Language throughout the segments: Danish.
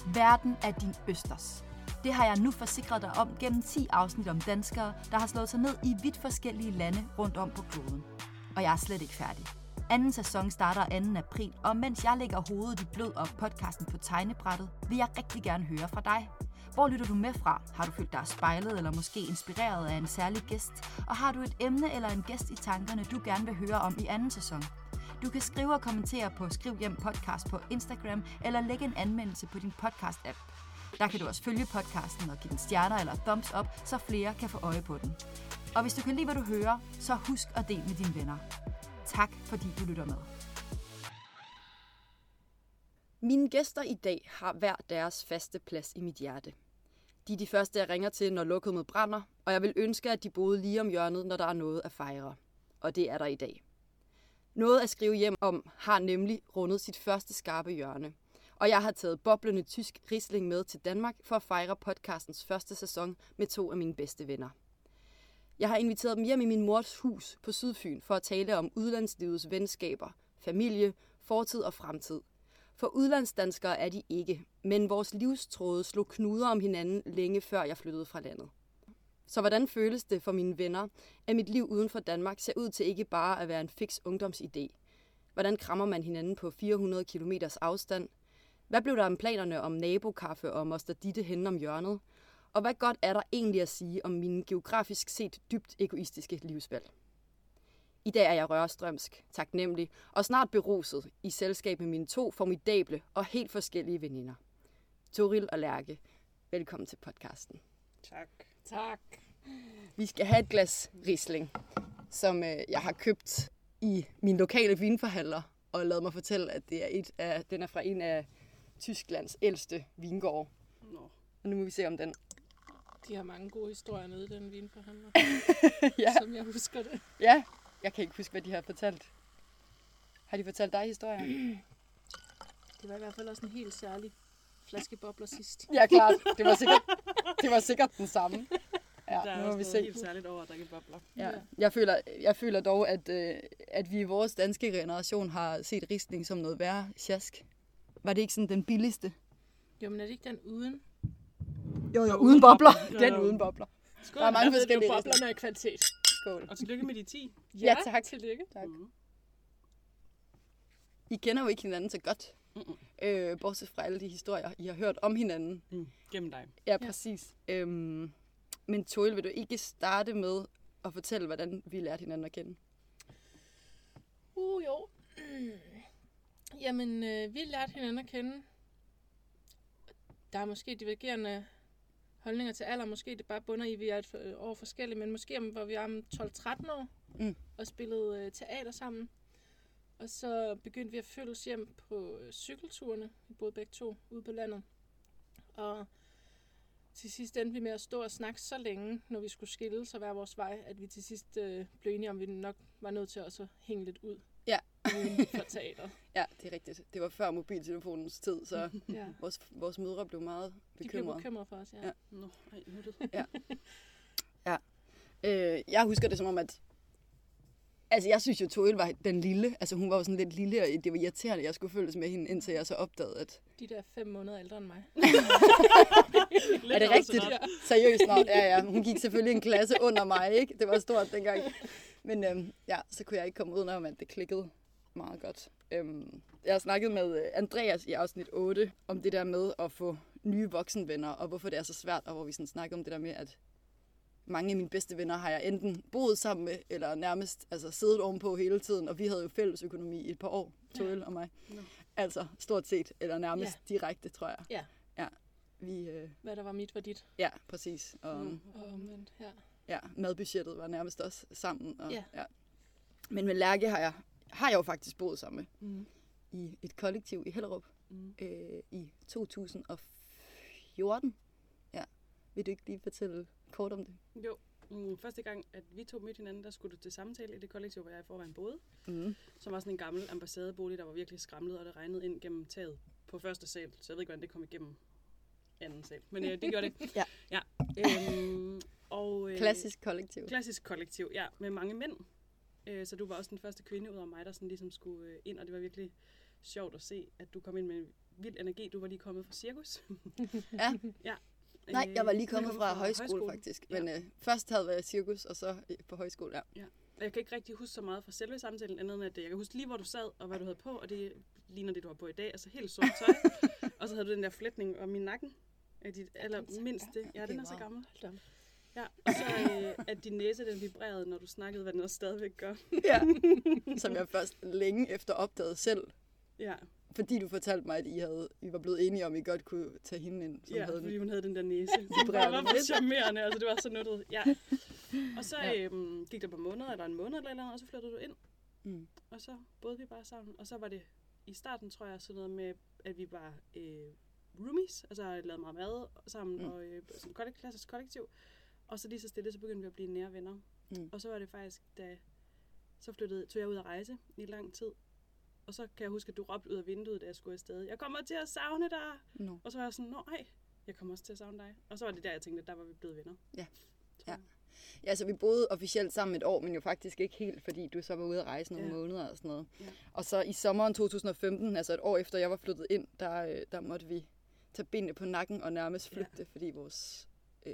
Verden er din østers. Det har jeg nu forsikret dig om gennem 10 afsnit om danskere, der har slået sig ned i vidt forskellige lande rundt om på kloden. Og jeg er slet ikke færdig. Anden sæson starter 2. april, og mens jeg lægger hovedet i blød og podcasten på tegnebrættet, vil jeg rigtig gerne høre fra dig. Hvor lytter du med fra? Har du følt dig spejlet eller måske inspireret af en særlig gæst? Og har du et emne eller en gæst i tankerne, du gerne vil høre om i anden sæson? Du kan skrive og kommentere på Skriv Hjem Podcast på Instagram, eller lægge en anmeldelse på din podcast-app. Der kan du også følge podcasten og give den stjerner eller thumbs up, så flere kan få øje på den. Og hvis du kan lide, hvad du hører, så husk at dele med dine venner. Tak fordi du lytter med. Mine gæster i dag har hver deres faste plads i mit hjerte. De er de første, jeg ringer til, når lokummet brænder, og jeg vil ønske, at de boede lige om hjørnet, når der er noget at fejre. Og det er der i dag. Noget at skrive hjem om har nemlig rundet sit første skarpe hjørne. Og jeg har taget boblende tysk Riesling med til Danmark for at fejre podcastens første sæson med 2 af mine bedste venner. Jeg har inviteret dem hjem i min mors hus på Sydfyn for at tale om udlandslivets venskaber, familie, fortid og fremtid. For udlandsdanskere er de ikke, men vores livstråde slog knuder om hinanden længe før jeg flyttede fra landet. Så hvordan føles det for mine venner, at mit liv uden for Danmark ser ud til ikke bare at være en fiks ungdomsidé? Hvordan krammer man hinanden på 400 kilometers afstand? Hvad blev der om planerne om nabokaffe og moster Ditte henne om hjørnet? Og hvad godt er der egentlig at sige om mine geografisk set dybt egoistiske livsvalg? I dag er jeg rørstrømsk, taknemmelig og snart beruset i selskab med mine 2 formidable og helt forskellige veninder. Toril og Lærke, velkommen til podcasten. Tak. Vi skal have et glas Riesling, som jeg har købt i min lokale vinforhandler, og ladet mig fortælle, at det er den er fra en af Tysklands ældste vingårde. Nå. Og nu må vi se om den. De har mange gode historier nede i den vinforhandler, Ja. som jeg husker det. Ja, jeg kan ikke huske, hvad de har fortalt. Har de fortalt dig historier? Det var i hvert fald også en helt særlig flaske bobler sidst. Ja, klart. Det var sikkert den samme. Ja, Der er nu må også vi noget se. helt særligt over at drikke bobler. Ja. Jeg føler dog, at vi i vores danske generation har set Riesling som noget værre sjask. Var det ikke sådan den billigste? Jo, men er det ikke den uden? Jo, uden bobler. Jo. Den uden bobler. Skål, Der er mange forskellige boblerne af kvalitet. Skål. Og tillykke med de 10. Ja, tak. Tillykke. Tak. Mm. I kender jo ikke hinanden så godt. Bortset fra alle de historier, I har hørt om hinanden. Gennem dig. Ja, præcis. Men Toril, vil du ikke starte med at fortælle, hvordan vi lærte hinanden at kende? Jo. Jamen, vi lærte hinanden at kende. Der er måske divergerende holdninger til alder. Måske det bare bunder i, at vi er et år forskellige, men måske hvor vi er om 12-13 år og spillede teater sammen. Og så begyndte vi at følges hjem på cykelturene. Vi boede begge 2 ude på landet. Og til sidst endte vi med at stå og snakke så længe, når vi skulle skilles og hver vores vej, at vi til sidst blev enige om, at vi nok var nødt til også at hænge lidt ud. Ja. Uden for teater. Ja, det er rigtigt. Det var før mobiltelefonens tid, så Ja. vores mødre blev meget De blev bekymrede. bekymrede for os, ja. Ja. Nå, ej, nuttet. Jeg husker det som om, at altså, jeg synes jo, Toril var den lille. Altså, hun var jo sådan lidt lille, og det var irriterende, at jeg skulle følges med hende, indtil jeg så opdagede, at... De der 5 måneder ældre end mig. Er det rigtigt? Seriøst? Nå, ja. Hun gik selvfølgelig en klasse under mig, ikke? Det var stort dengang. Men så kunne jeg ikke komme uden om, at det klikkede meget godt. Jeg har snakket med Andreas i afsnit 8 om det der med at få nye voksenvenner, og hvorfor det er så svært, og hvor vi sådan snakkede om det der med, at mange af mine bedste venner har jeg enten boet sammen med, eller nærmest siddet ovenpå hele tiden, og vi havde jo fælles økonomi i et par år, Toril og mig. Nå. Altså stort set, eller nærmest direkte, tror jeg. Ja. Vi, Hvad der var mit, var dit. ja, præcis. Og, Og omvendt, ja. ja, madbudgettet var nærmest også sammen. Og, Ja. Men med Lærke har jeg jo faktisk boet sammen med Mm. i et kollektiv i Hellerup i 2014. Ja. Vil du ikke lige fortælle kort om det? Jo, første gang, at vi 2 mødte hinanden, der skulle du til samtale i det kollektiv, hvor jeg i forvejen boede. Som var sådan en gammel ambassadebolig, der var virkelig skramlet, og det regnede ind gennem taget på første sal. Så jeg ved ikke, hvordan det kom igennem anden sal. Men det gjorde det. Ja. Klassisk kollektiv. Klassisk kollektiv, ja, med mange mænd. Så du var også den første kvinde ud af mig, der sådan ligesom skulle ind, og det var virkelig sjovt at se, at du kom ind med vild energi. Du var lige kommet fra cirkus. Ja. Ja. Nej, jeg var lige kommet fra højskole faktisk. Ja. Men først havde jeg cirkus, og så på højskole, ja. Og jeg kan ikke rigtig huske så meget fra selve samtalen, andet end at jeg kan huske lige, hvor du sad, og hvad du havde på, og det ligner det, du har på i dag. Altså helt sort tøj. Og så havde du den der flætning om min nakken af dit allermindste. Ja, den er så gammel. Ja, og så at din næse, den vibrerede, når du snakkede, hvad den også stadigvæk gør. Ja, som jeg først længe efter opdagede selv. Ja. Fordi du fortalte mig, at I var blevet enige om, at I godt kunne tage hende ind. Som Ja, havde fordi hun havde den der næse. Det vibrerende var for charmerende, altså det var så nuttet. Ja. Og så gik der på måneder, eller en måned eller andet, og så flyttede du ind. Mm. Og så boede vi bare sammen. Og så var det i starten, tror jeg, sådan noget med, at vi var roomies, altså lavede meget mad sammen, og sådan klassisk kollektiv. Og så lige så stille, så begyndte vi at blive nære venner. Mm. Og så var det faktisk, så tog jeg ud at rejse i lang tid. Og så kan jeg huske, at du råbte ud af vinduet, da jeg skulle afsted. Jeg kommer til at savne dig! No. Og så var jeg sådan, nej, jeg kommer også til at savne dig. Og så var det der, jeg tænkte, at der var vi blevet venner. Ja. Ja, så vi boede officielt sammen et år, men jo faktisk ikke helt, fordi du så var ude at rejse nogle måneder og sådan noget. Ja. Og så i sommeren 2015, altså et år efter jeg var flyttet ind, der måtte vi tage benene på nakken og nærmest flygte, fordi vores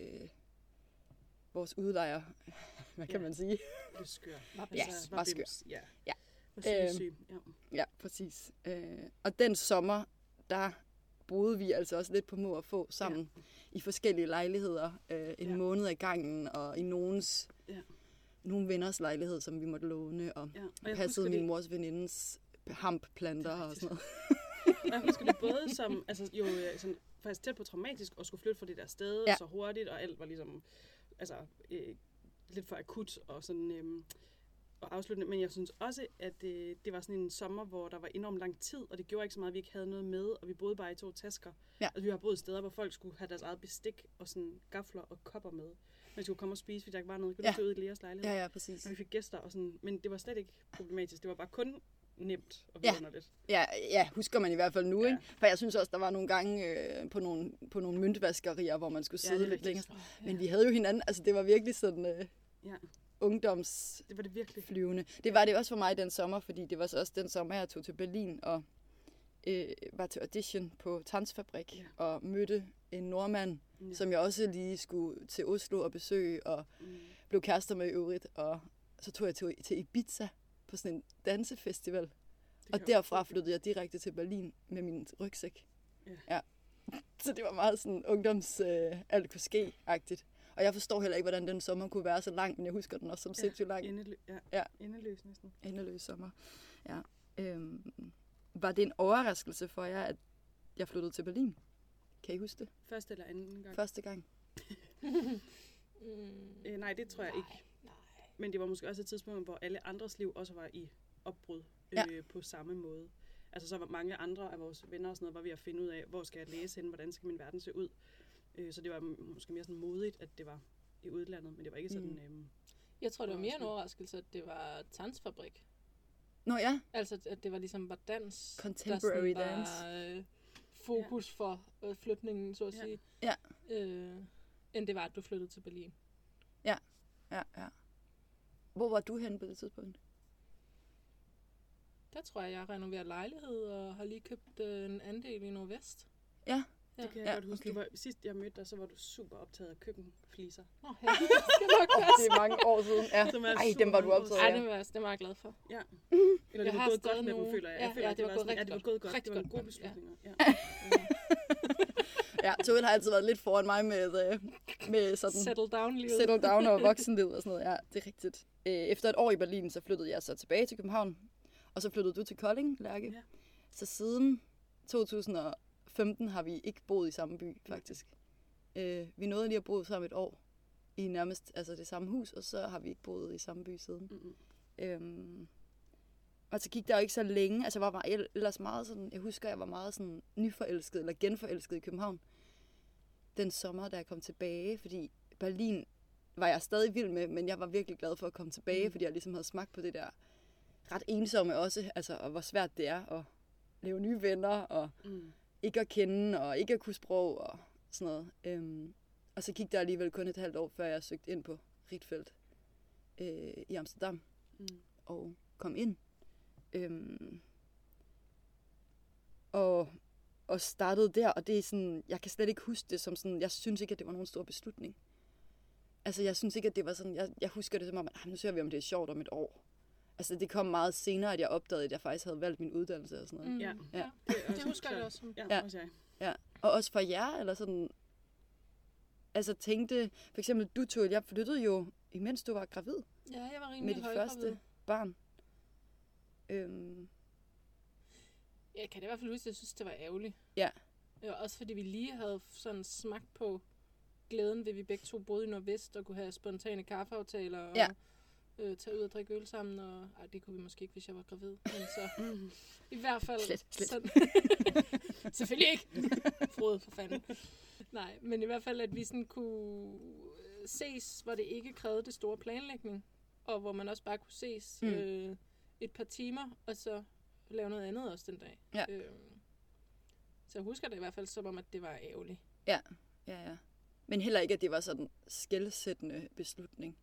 udlejer, hvad kan man sige? Var skør. Var skør. Ja. Ja. Syg. Ja, præcis. Og den sommer, der boede vi altså også lidt på må og få sammen i forskellige lejligheder. En måned ad gangen, og i nogle venners lejlighed, som vi måtte låne, og passede min mors venindens hampplanter og sådan noget. Og jeg husker det både som, altså jo sådan, faktisk tæt på traumatisk, at skulle flytte fra det der sted så hurtigt, og alt var ligesom, altså lidt for akut og sådan og afsluttende. Men jeg synes også, at det var sådan en sommer, hvor der var enormt lang tid, og det gjorde ikke så meget, at vi ikke havde noget med, og vi boede bare i 2 tasker. Ja. Altså, vi har boet steder, hvor folk skulle have deres eget bestik og sådan gafler og kopper med. Man skulle komme og spise, fordi der ikke var noget. Kunne du ud i Leas lejlighed? Ja, præcis. Og vi fik gæster og sådan, men det var slet ikke problematisk. Det var bare kun nemt og vidunderligt. Ja, husker man i hvert fald nu, ikke? For jeg synes også, der var nogle gange på nogle møntvaskerier, hvor man skulle sidde lidt længere. Men vi havde jo hinanden, altså det var virkelig sådan ungdoms det var det virkelig flyvende. Det var det også for mig den sommer, fordi det var så også den sommer, jeg tog til Berlin og var til audition på Tanzfabrik og mødte en nordmand, som jeg også lige skulle til Oslo og besøge og blev kærester med i øvrigt. Og så tog jeg til Ibiza på sådan en dansefestival. Og derfra flyttede jeg direkte til Berlin med min rygsæk. Ja. Så det var meget sådan ungdoms alt kunne ske-agtigt. Og jeg forstår heller ikke, hvordan den sommer kunne være så lang, men jeg husker den også som sindssygt lang. Endeløs næsten. Endeløs sommer, ja. Var det en overraskelse for jer, at jeg flyttede til Berlin? Kan I huske det? Første eller anden gang? Første gang. Nej, det tror jeg ikke. Nej. Men det var måske også et tidspunkt, hvor alle andres liv også var i opbrud på samme måde. Altså så var mange andre af vores venner og sådan noget, var ved at finde ud af, hvor skal jeg læse henne, hvordan skal min verden se ud. Så det var måske mere sådan modigt, at det var i udlandet, men det var ikke sådan... Jeg tror, det var mere en overraskelse, at det var Tanzfabrik. Nå ja. Altså, at det var ligesom var dans. Contemporary der dance. Var fokus for flytningen, så at sige. Ja. End det var, at du flyttede til Berlin. Ja. Hvor var du henne på det tidspunkt? Der tror jeg renoverer lejlighed og har lige købt en andel i Nordvest. Ja. Det kan jeg godt huske. Okay. Sidst jeg mødte dig, så var du super optaget af køkkenfliser. Det er mange år siden. Ja. Ej, dem var du optaget af. Ej, det var jeg glad for. Ja. Eller det var gået godt med dem, føler jeg. Jeg føler, det var gået rigtig godt. Det var gået godt. Det var en god beslutning. Ja, Tove har altid været lidt foran mig med sådan... Settle down og voksenlivet og sådan noget. Ja, det er rigtigt. Efter et år i Berlin, så flyttede jeg så tilbage til København. Og så flyttede du til Kolding, Lærke. Ja. Så siden 2015 har vi ikke boet i samme by, faktisk. Vi nåede lige at bo sammen et år i nærmest det samme hus, og så har vi ikke boet i samme by siden. Og så gik der jo ikke så længe. Altså jeg var ellers meget sådan, jeg husker, jeg var meget sådan nyforelsket eller genforelsket i København den sommer, da jeg kom tilbage, fordi Berlin var jeg stadig vild med, men jeg var virkelig glad for at komme tilbage, fordi jeg ligesom havde smagt på det der ret ensomme også, altså, og hvor svært det er at lave nye venner, og ikke at kende, og ikke at kunne sprog, og sådan noget. Og så gik der alligevel kun et halvt år, før jeg søgte ind på Rietveld i Amsterdam, og kom ind. Og og startede der, og det er sådan, jeg kan slet ikke huske det som sådan, jeg synes ikke, at det var nogen stor beslutning. Altså, jeg synes ikke, at det var sådan, jeg husker det som om, at nu ser vi, om det er sjovt om et år. Altså, det kom meget senere, at jeg opdagede, at jeg faktisk havde valgt min uddannelse og sådan noget. Ja. Det husker jeg også. Ja, også jeg. Ja, og også for jer, eller sådan, altså tænkte, for eksempel du, Tuel, jeg flyttede jo, imens du var gravid. Ja, jeg var med rimelig dit højgravid. første barn. Jeg kan det i hvert fald huske, at jeg synes, det var ærgerligt. Ja. Også fordi vi lige havde sådan smagt på glæden ved, at vi begge to boede i Nordvest og kunne have spontane kaffeaftaler og tage ud og drikke øl sammen. Og, det kunne vi måske ikke, hvis jeg var gravid. Men så i hvert fald... Slet. Sådan, selvfølgelig ikke. Frode, for fanden. Nej, men i hvert fald, at vi sådan kunne ses, hvor det ikke krævede det store planlægning. Og hvor man også bare kunne ses et par timer, og så lave noget andet også den dag. Ja. Så jeg husker det i hvert fald som om, at det var ærgerligt. Ja. Men heller ikke, at det var sådan en skelsættende beslutning.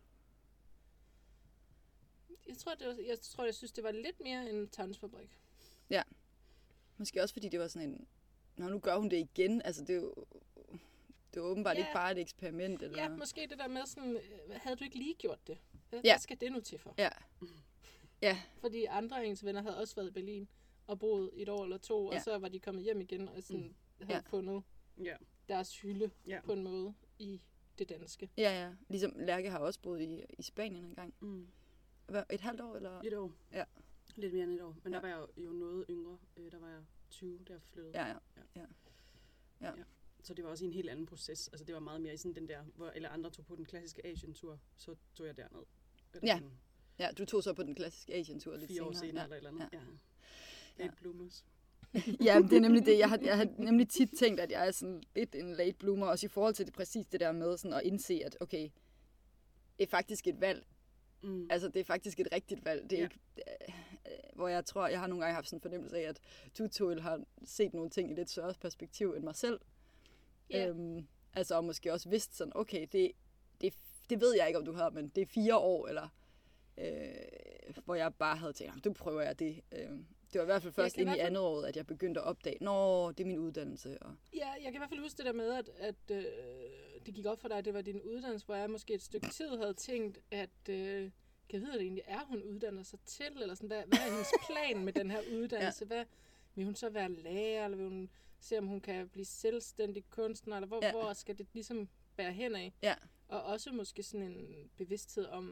Jeg synes, det var lidt mere en tandsfabrik. Ja. Måske også, fordi det var sådan en... nu gør hun det igen. Altså, det var åbenbart ikke bare et eksperiment. Eller... Ja, måske det der med sådan... Havde du ikke lige gjort det? Hvad skal det nu til for? Ja. Fordi andre af ens venner havde også været i Berlin og boet et år eller to, og så var de kommet hjem igen og sådan havde fundet deres hylde på en måde i det danske. Ja. Ligesom Lærke har også boet i Spanien en gang. Et halvt år, eller? Et år. Ja. Lidt mere end et år. Men der var jeg jo noget yngre. Der var jeg 20, da jeg flyttede. Ja. Så det var også en helt anden proces. Altså det var meget mere i sådan den der, hvor alle andre tog på den klassiske Asien-tur, så tog jeg derned. Ja, du tog så på den klassiske Asien-tur lidt 4 år senere eller et eller andet. Late bloomers. Ja, det er nemlig det. Jeg har nemlig tit tænkt, at jeg er sådan lidt en late bloomer, også i forhold til det præcis det der med sådan at indse, at okay, det er faktisk et valg. Altså, det er faktisk et rigtigt valg. Det er ikke, hvor jeg tror, jeg har nogle gange haft sådan en fornemmelse af, at du, Tuel, har set nogle ting i lidt større perspektiv end mig selv. Altså, og måske også vidst sådan, okay, det ved jeg ikke, om du har, men det er 4 år, eller hvor jeg bare havde tænkt, du prøver jeg det. Det var i hvert fald først ind i andet år, at jeg begyndte at opdage, det er min uddannelse. Og... Ja, jeg kan i hvert fald huske det der med, at det gik op for dig, at det var din uddannelse, hvor jeg måske et stykke tid havde tænkt, at kan jeg vide, at det egentlig er, hun uddanner sig til, eller sådan, hvad er hendes plan med den her uddannelse? Hvad, vil hun så være lærer, eller vil hun se, om hun kan blive selvstændig kunstner, eller hvor skal det ligesom bære hen af? Ja. Og også måske sådan en bevidsthed om,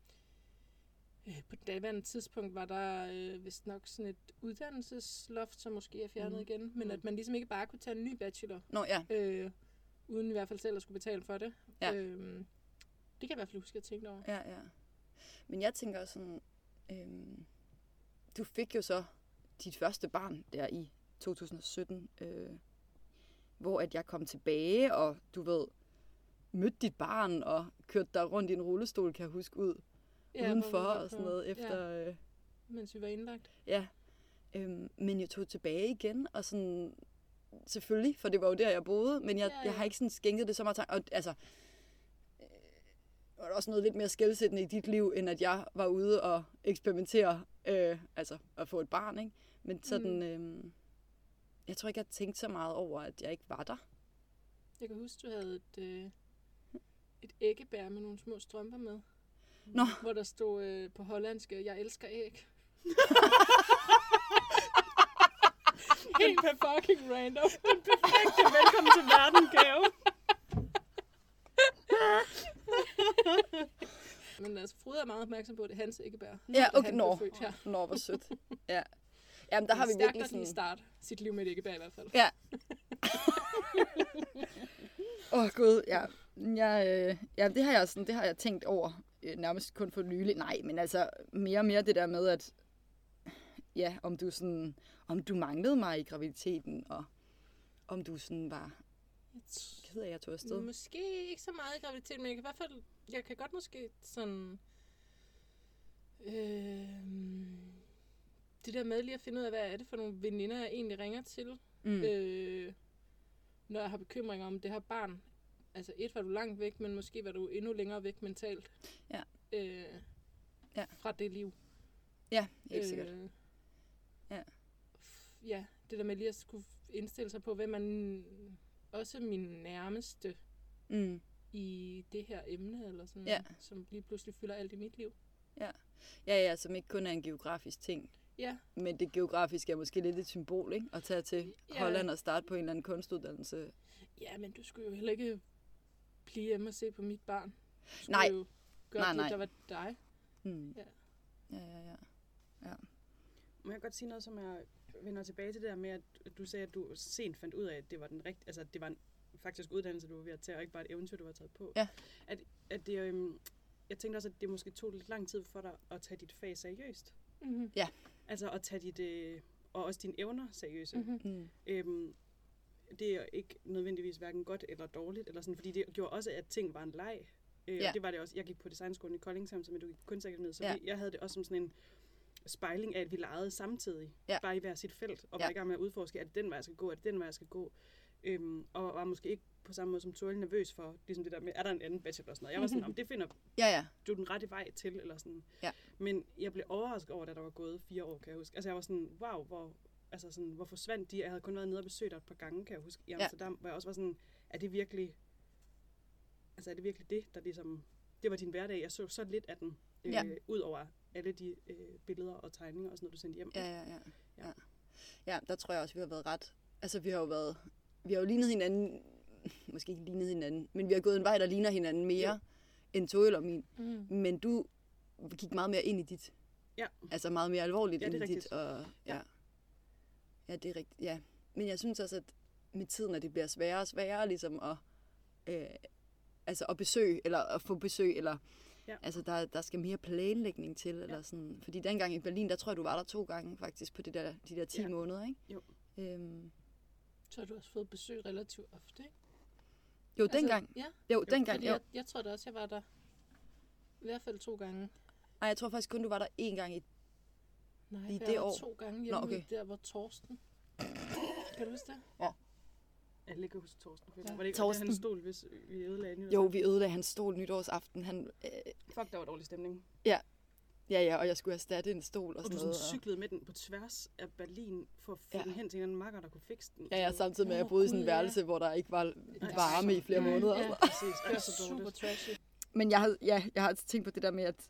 på det daværende tidspunkt var der vist nok sådan et uddannelsesloft, som måske er fjernet igen, men at man ligesom ikke bare kunne tage en ny bachelor, uden i hvert fald selv at skulle betale for det. Det kan jeg i hvert fald huske, at jeg tænkte over. Ja. Men jeg tænker sådan, du fik jo så dit første barn der i 2017, hvor at jeg kom tilbage, og du ved, mødte dit barn og kørte dig rundt i en rullestol, kan jeg huske, ud udenfor og sådan noget efter... mens vi var indlagt. Ja, men jeg tog tilbage igen, og sådan, selvfølgelig, for det var jo der, jeg boede, men jeg har ikke sådan skænket det så meget. Og altså, var der også noget lidt mere skelsættende i dit liv, end at jeg var ude og eksperimentere, altså at få et barn, ikke? Men sådan, jeg tror ikke, jeg tænkte så meget over, at jeg ikke var der. Jeg kan huske, du havde et æggebær med nogle små strømper med. Nå. Hvor der stod på hollandsk, jeg elsker æg. Helt fucking random. Den perfekte velkommen til verden gave. Men altså, Frode er meget opmærksom på, at det er hans æggebær. Ja, okay, hvor sødt. Ja. Jamen, der har vi virkelig sådan... Stærkt at starte sit liv med et æggebær i hvert fald. Ja. Gud, ja. Det har jeg tænkt over nærmest kun for nylig. Nej, men altså mere og mere det der med, at om du manglede mig i graviditeten, og om du sådan var ked af, at jeg tog afsted. Måske ikke så meget i graviditeten, men jeg kan godt måske sådan... det der med lige at finde ud af, hvad er det for nogle veninder, jeg egentlig ringer til, når jeg har bekymringer om det her barn. Altså var du langt væk, men måske var du endnu længere væk mentalt. Fra det liv. Ja, helt sikkert. Ja, det der med lige at skulle indstille sig på, hvem man også min nærmeste i det her emne, eller sådan, som lige pludselig fylder alt i mit liv. Ja, som ikke kun er en geografisk ting. Ja. Men det geografiske er måske lidt et symbol, ikke? At tage til Holland og starte på en eller anden kunstuddannelse. Ja, men du skulle jo heller ikke blive hjemme og se på mit barn. Du skulle Nej. jo gøre det, der var dig. Ja. Må jeg godt sige noget, som jeg vender tilbage til det der med, at du sagde, at du sent fandt ud af, at det var den rigtige, altså at det var en faktisk uddannelse, du var ved at tage, og ikke bare et eventyr, du var taget på. Ja. At det, jeg tænkte også, at det måske tog lidt lang tid for dig at tage dit fag seriøst. Mm-hmm. Ja. Altså at tage dit, og også dine evner seriøse. Mm-hmm. Det er ikke nødvendigvis hverken godt eller dårligt, eller sådan, fordi det gjorde også, at ting var en leg. Og det var det også. Jeg gik på designskolen i Kolding, som du gik kunstakademiet, så jeg havde det også som sådan en spejling af, at vi legede samtidig, bare i hver sit felt, og var i gang med at udforske, er det den vej, jeg skal gå, er det den vej, jeg skal gå. Og var måske ikke på samme måde som Tuel nervøs for, ligesom det der med, er der en anden bachelor og sådan noget. Jeg var sådan, om det finder du den rette vej til, eller sådan. Ja. Men jeg blev overrasket over, da der var gået 4 år, kan jeg huske. Altså jeg var sådan, wow, hvor forsvandt de? Jeg havde kun været nede og besøgt dig et par gange, kan jeg huske, i Amsterdam, hvor jeg også var sådan, er det virkelig det, der ligesom, det var din hverdag? Jeg så lidt af den, ud over alle de billeder og tegninger og sådan noget, du sendte hjem. Ja, der tror jeg også, vi har været ret, altså vi har jo lignet hinanden, måske ikke lignet hinanden, men vi har gået en vej, der ligner hinanden mere end Tuel og min. Men du gik meget mere ind i dit. Ja. Altså meget mere alvorligt ind i dit. Og, ja, det er rigtigt. Ja. Men jeg synes også, at med tiden, at det bliver sværere og sværere ligesom at besøge, eller at få besøg, eller altså der skal mere planlægning til, eller sådan. Fordi dengang i Berlin, der tror jeg, du var der 2 gange faktisk på de der 10 måneder, ikke? Jo. Så har du også fået besøg relativt ofte, ikke? Jo, altså, dengang. Ja. Jo, dengang. Jo. Jeg tror da også, jeg var der i hvert fald 2 gange. Nej, jeg tror faktisk kun, du var der 1 gang i det år. Nej, jeg var 2 gange hjemme der, hvor Torsten. Kan du huske det? Ja. Jeg ligger hos Torsten. Ja. Var det ikke Torsten. Hans stol, hvis vi ødelagde nytårsaften? Jo, vi ødelagde hans stol nytårsaften. Fuck, der var dårlig stemning. Ja, og jeg skulle erstatte en stol og sådan noget. Og du cyklede med den på tværs af Berlin for at få den hen til en anden makker, der kunne fikse den. Ja, samtidig med at jeg boede i sådan en værelse, hvor der ikke var varme i flere måneder. Ja, præcis. Det var så super trashy. Men jeg har tænkt på det der med, at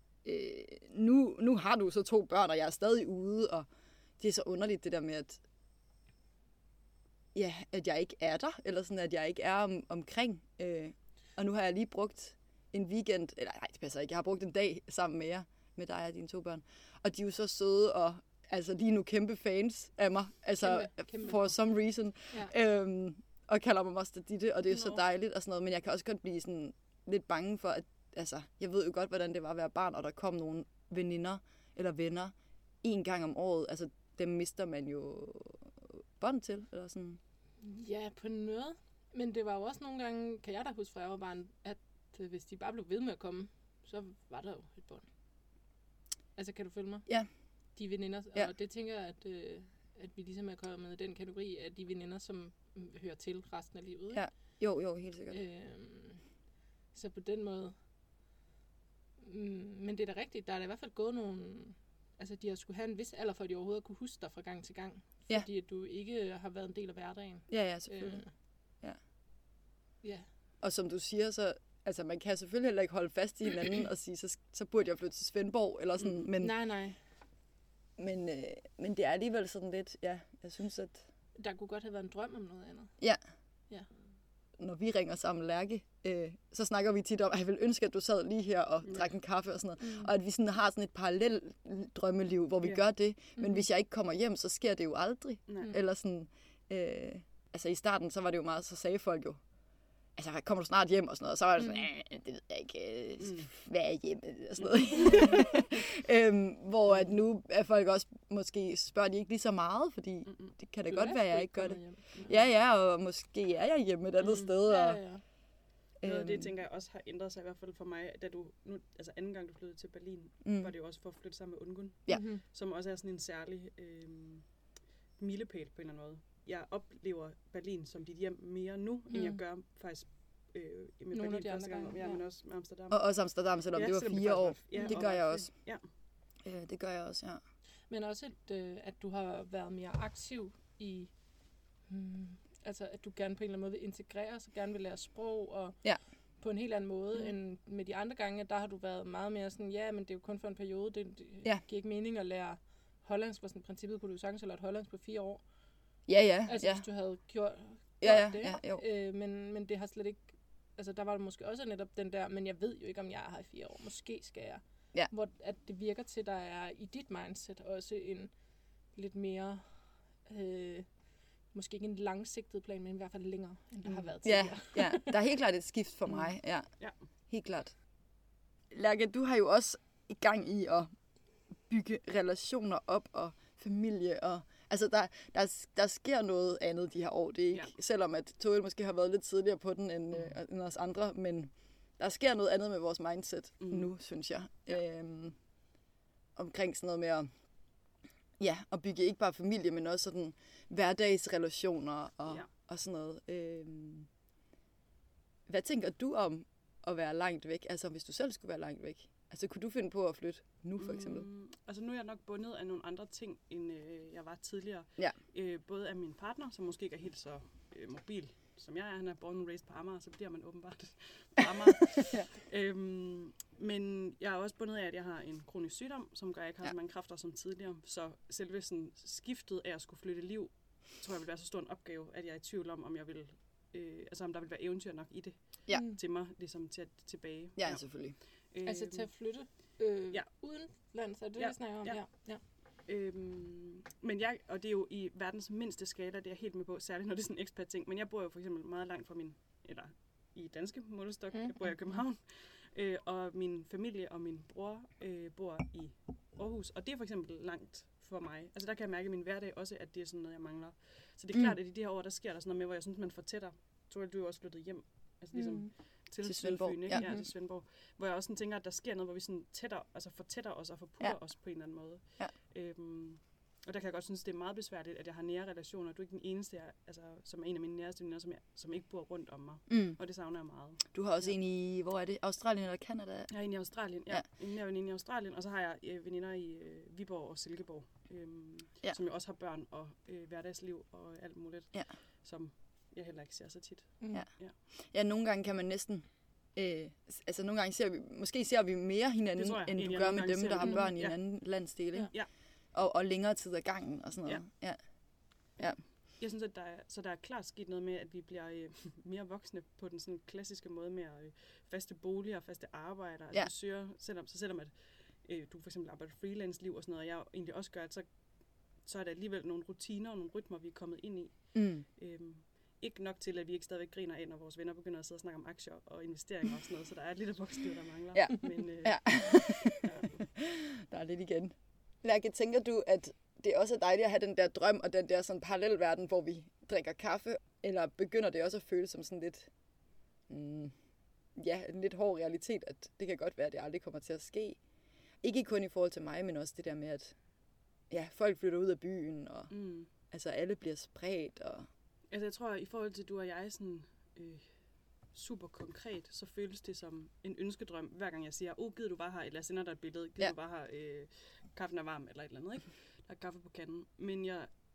nu har du så 2 børn, og jeg er stadig ude, og det er så underligt det der med, at jeg ikke er der, eller sådan, at jeg ikke er omkring. Og nu har jeg lige brugt en weekend, eller nej, det passer ikke, jeg har brugt en dag sammen med jer, med dig og dine 2 børn. Og de er jo så søde, og altså lige nu kæmpe fans af mig, altså kæmpe. For some reason. Ja. Og kalder mig også Ditte, og det er så dejligt og sådan noget, men jeg kan også godt blive sådan lidt bange for, at altså, jeg ved jo godt, hvordan det var at være barn, og der kom nogle veninder eller venner 1 gang om året, altså dem mister man jo bånd til, eller sådan. Ja, på noget. Men det var jo også nogle gange, kan jeg da huske fra jeg var barn, at hvis de bare blev ved med at komme, så var der jo et bånd. Altså, kan du følge mig? Ja. De veninder, og det tænker jeg, at vi ligesom er kommet med den kategori af de veninder, som hører til resten af livet. Ikke? Ja, jo, helt sikkert. Så på den måde. Men det er da rigtigt, der er da i hvert fald gået nogle. Altså, de har skulle have en vis alder, for at de overhovedet kunne huske dig fra gang til gang. Fordi at du ikke har været en del af hverdagen. Ja, selvfølgelig. Ja. Og som du siger, så altså, man kan selvfølgelig heller ikke holde fast i hinanden og sige, så burde jeg flytte til Svendborg, eller sådan. Men, nej. Men det er alligevel sådan lidt, jeg synes, at der kunne godt have været en drøm om noget andet. Ja. Når vi ringer sammen, Lærke, så snakker vi tit om, at jeg vil ønske, at du sad lige her og drak en kaffe og sådan noget. Og at vi sådan har sådan et parallelt drømmeliv, hvor vi gør det. Men hvis jeg ikke kommer hjem, så sker det jo aldrig. Eller sådan, altså i starten, så var det jo meget, så sagde folk jo, altså, kommer du snart hjem og sådan noget? Og så var det sådan, det ved jeg ikke, hvad er hjemme? Og sådan noget. Hvor at nu er folk også, måske spørger de ikke lige så meget, fordi det kan da godt være, at jeg ikke gør det. Ja, og måske er jeg hjemme et andet sted. Og, noget af det, tænker jeg også har ændret sig i hvert fald for mig, da du, nu, altså anden gang du flyttede til Berlin, var det jo også for at flytte sammen med Ungun, som også er sådan en særlig milepæl på en eller anden måde. Jeg oplever Berlin som dit hjem mere nu, end jeg gør faktisk med nogle Berlin første gang, men også med Amsterdam. Og også Amsterdam, selvom det var 4 år. Ja, det gør jeg også. Ja. Det gør jeg også, ja. Men også, at du har været mere aktiv i, altså at du gerne på en eller anden måde vil integreres, og gerne vil lære sprog, og på en helt anden måde end med de andre gange. Der har du været meget mere sådan, ja, men det er jo kun for en periode, det giver ikke mening at lære hollandsk, for sådan princippet kunne du sagtens have lært hollandsk på 4 år. Altså hvis du havde gjort det. Men det har slet ikke, altså der var det måske også netop den der, men jeg ved jo ikke, om jeg er her i 4 år. Måske skal jeg. Ja. Hvor at det virker til, der er i dit mindset også en lidt mere, måske ikke en langsigtet plan, men i hvert fald længere, end der har været tidligere. Ja, der er helt klart et skift for mig. Ja. Helt klart. Lærke, du har jo også i gang i at bygge relationer op og familie og altså, der sker noget andet de her år. Det er ikke, selvom at Torild måske har været lidt tidligere på den end os andre, men der sker noget andet med vores mindset nu, synes jeg. Omkring sådan noget med at bygge ikke bare familie, men også sådan hverdagsrelationer og sådan noget. Hvad tænker du om at være langt væk? Altså, hvis du selv skulle være langt væk? Altså, kunne du finde på at flytte nu, for eksempel? Altså, nu er jeg nok bundet af nogle andre ting, end jeg var tidligere. Både af min partner, som måske ikke er helt så mobil, som jeg er. Han er born and raised på Amager, så bliver man åbenbart på Amager. Men jeg er også bundet af, at jeg har en kronisk sygdom, som gør, at jeg ikke har så mange kræfter som tidligere. Så selve sådan skiftet af at skulle flytte liv, tror jeg vil være så stor en opgave, at jeg er i tvivl om jeg vil, om der vil være eventyr nok i det til mig, ligesom til at tilbage. Ja, selvfølgelig. Altså til at flytte udenlands, er det, vi snakker om? Ja. Men og det er jo i verdens mindste skala, det er jeg helt med på, særligt når det er sådan en expat-ting. Men jeg bor jo for eksempel meget langt fra i danske målestok, jeg bor i København, og min familie og min bror bor i Aarhus, og det er for eksempel langt for mig. Altså der kan jeg mærke i min hverdag også, at det er sådan noget, jeg mangler. Så det er klart, at i de her år, der sker der sådan noget med, hvor jeg synes, man fortætter. Du er jo også flyttet hjem, altså ligesom til Svendborg, ikke? Ja, til Svendborg. Hvor jeg også sådan tænker, at der sker noget, hvor vi sådan fortætter os og forputter os på en eller anden måde. Og der kan jeg godt synes, det er meget besværligt, at jeg har nære relationer. Du er ikke den eneste, som er en af mine næreste veninder, som ikke bor rundt om mig. Og det savner jeg meget. Du har også en i, hvor er det? Australien eller Canada? Jeg har en i Australien, en nær veninde i Australien. Og så har jeg veninder i Viborg og Silkeborg, som jo også har børn og hverdagsliv og alt muligt, som jeg heller ikke ser så tit. Ja, nogle gange kan man næsten nogle gange ser vi mere hinanden, end du gør med dem, der har børn i en anden landsdel, ikke? Ja. Og længere tid ad gangen og sådan noget. Ja. Jeg synes, at der er klart sket noget med, at vi bliver mere voksne på den sådan klassiske måde med faste boliger og faste arbejder. Altså, vi søger, selvom at du for eksempel arbejder freelance-liv og sådan noget, og jeg egentlig også gør, at så er der alligevel nogle rutiner og nogle rytmer, vi er kommet ind i. Ikke nok til, at vi ikke stadigvæk griner ind, når vores venner begynder at sidde og snakke om aktier og investeringer og sådan noget, så der er et lille voksenliv, der mangler. Ja. Men, der er lidt igen. Lærke, tænker du, at det også er dejligt at have den der drøm og den der sådan parallelverden, hvor vi drikker kaffe, eller begynder det også at føles som sådan lidt, en lidt hård realitet, at det kan godt være, at det aldrig kommer til at ske? Ikke kun i forhold til mig, men også det der med, at folk flytter ud af byen, og altså alle bliver spredt, og altså jeg tror, at i forhold til du og jeg sådan super konkret, så føles det som en ønskedrøm, hver gang jeg siger, gider du bare her, eller jeg sender dig et billede, gider du bare her, kaffen er varm, eller et eller andet, ikke? Der er kaffe på kanden. Men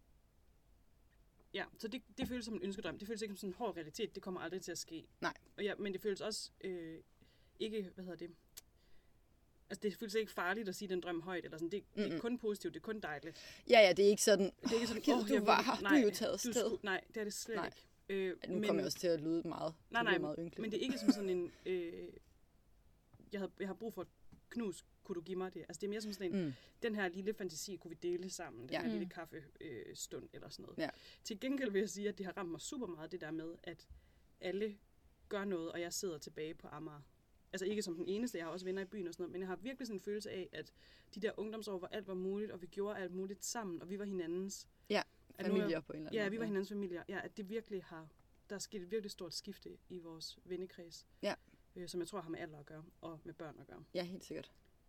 så det føles som en ønskedrøm. Det føles ikke som sådan en hård realitet, det kommer aldrig til at ske. Nej. Men det føles også ikke, altså det føles ikke farligt at sige den drøm højt, eller sådan. Det er kun positivt, det er kun dejligt. Ja, det er ikke sådan, det er ikke sådan, du er jo taget sted. Nej, det er det slet ikke. Nu kommer jeg også til at lyde meget. Nej, meget ynkeligt. Men det er ikke som sådan en, jeg har brug for et knus, kunne du give mig det? Altså det er mere som sådan en, den her lille fantasi kunne vi dele sammen, den her lille kaffestund eller sådan noget. Ja. Til gengæld vil jeg sige, at det har ramt mig super meget, det der med, at alle gør noget, og jeg sidder tilbage på Amager. Altså ikke som den eneste, jeg har også venner i byen og sådan noget, men jeg har virkelig sådan en følelse af, at de der ungdomsår, hvor alt var muligt, og vi gjorde alt muligt sammen, og vi var hinandens. Ja, familier på en eller anden måde. Ja, vi var hinandens familier. Ja, at det virkelig der er sket et virkelig stort skifte i vores vennekreds. Ja. Som jeg tror har med alder at gøre, og med børn at gøre. Ja, helt sikkert.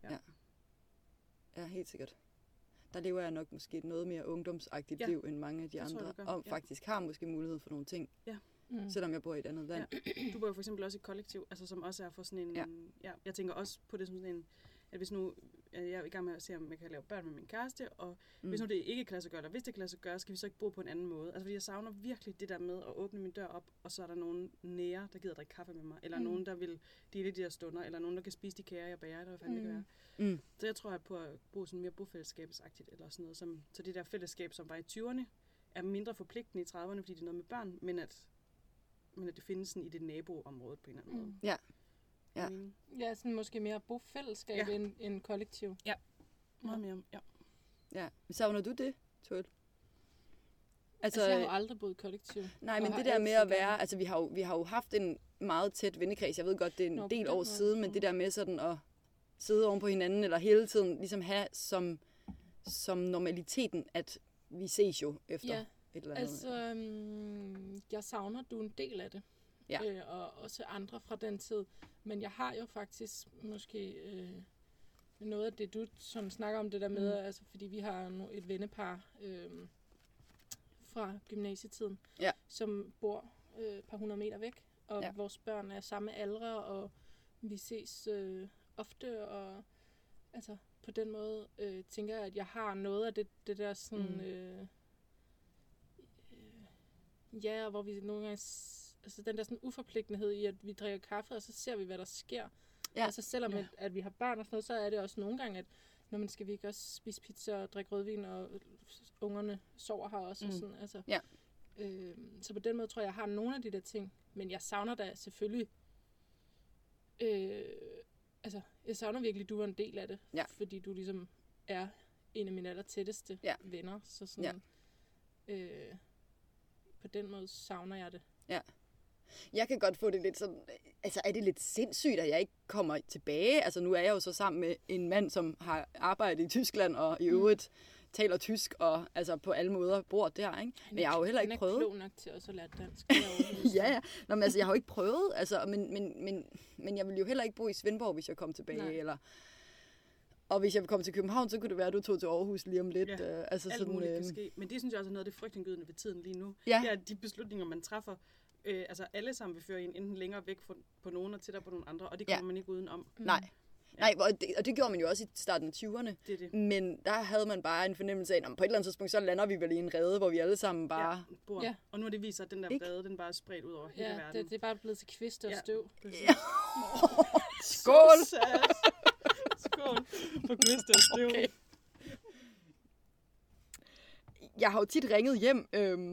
Ja, helt sikkert. Der lever jeg nok måske et noget mere ungdomsagtigt liv, end mange af de andre, og faktisk har måske mulighed for nogle ting. Ja. Selvom jeg bor i et andet land. Ja. Du bor jo for eksempel også i kollektiv, altså som også er for sådan en... Ja. Jeg tænker også på det som sådan en, at hvis nu jeg er i gang med at se, om jeg kan lave børn med min kæreste, og hvis nu det ikke kan lade sig gøre, eller hvis det kan lade sig gøre, skal vi så ikke bo på en anden måde. Altså fordi jeg savner virkelig det der med at åbne min dør op, og så er der nogen nære, der gider drikke kaffe med mig, eller nogen, der vil dele de der stunder, eller nogen, der kan spise de kager, jeg bager, eller hvad fanden det kan være. Så jeg tror, at på at bo sådan mere bofællesskabsagtigt, eller sådan noget, så det der fællesskab, som var i 20'erne, er mindre forpligtende i 30'erne, fordi det er noget med børn, men at det findes sådan i det naboområde på en eller anden måde. Ja. Ja, sådan måske mere bofællesskab end kollektiv. Ja, meget mere, Ja. Savner du det, Tuel? Altså, jeg har jo aldrig boet kollektiv. Nej, men det der med at være, altså vi har jo haft en meget tæt vennekreds. Jeg ved godt, det er en del år siden, men det der med sådan at sidde oven på hinanden, eller hele tiden ligesom have som normaliteten, at vi ses jo efter et eller andet. Altså, jeg savner, at du er en del af det. Ja. Og også andre fra den tid. Men jeg har jo faktisk måske noget af det, du som snakker om det der med, altså fordi vi har et vennepar fra gymnasietiden, som bor et par 100 meter væk, og vores børn er samme aldre, og vi ses ofte, og altså på den måde tænker jeg, at jeg har noget af det der sådan, hvor vi nogle gange, altså den der sådan uforpligtenhed i, at vi drikker kaffe, og så ser vi, hvad der sker. Ja. Altså selvom at vi har børn og sådan noget, så er det også nogle gange, at når man skal vi ikke også spise pizza og drikke rødvin, og ungerne sover her også. Og sådan, altså. Ja. Så på den måde tror jeg har nogle af de der ting, men jeg savner da selvfølgelig, altså jeg savner virkelig, at du er en del af det, fordi du ligesom er en af mine allertætteste venner, så sådan, på den måde savner jeg det. Ja. Jeg kan godt få det lidt sådan, altså er det lidt sindssygt, at jeg ikke kommer tilbage? Altså nu er jeg jo så sammen med en mand, som har arbejdet i Tyskland, og i øvrigt taler tysk, og altså på alle måder bor der, ikke? Men jeg har jo heller ikke prøvet. Han er klog nok til også at lære dansk. ja. Nå, men altså jeg har jo ikke prøvet, altså, men jeg vil jo heller ikke bo i Svendborg, hvis jeg kom tilbage, eller... Og hvis jeg vil komme til København, så kunne det være, at du tog til Aarhus lige om lidt. Ja, altså alt sådan, muligt kan ske. Men det synes jeg også er noget af det frygtindgydende ved tiden lige nu. Ja. Det er de beslutninger, man træffer. Altså alle sammen vil føre en enten længere væk på nogen og tættere på nogle andre, og det kommer man ikke udenom. Nej. Nej, og det gjorde man jo også i starten af 20'erne. Det. Men der havde man bare en fornemmelse af, at på et eller andet tidspunkt, så lander vi vel i en rede, hvor vi alle sammen bare... bor. Ja. Og nu er det viser, at den der rede, den bare er spredt ud over hele verden. Det er bare blevet til kviste og støv. Ja. Skål! Skål på kviste og støv. Okay. Jeg har jo tit ringet hjem,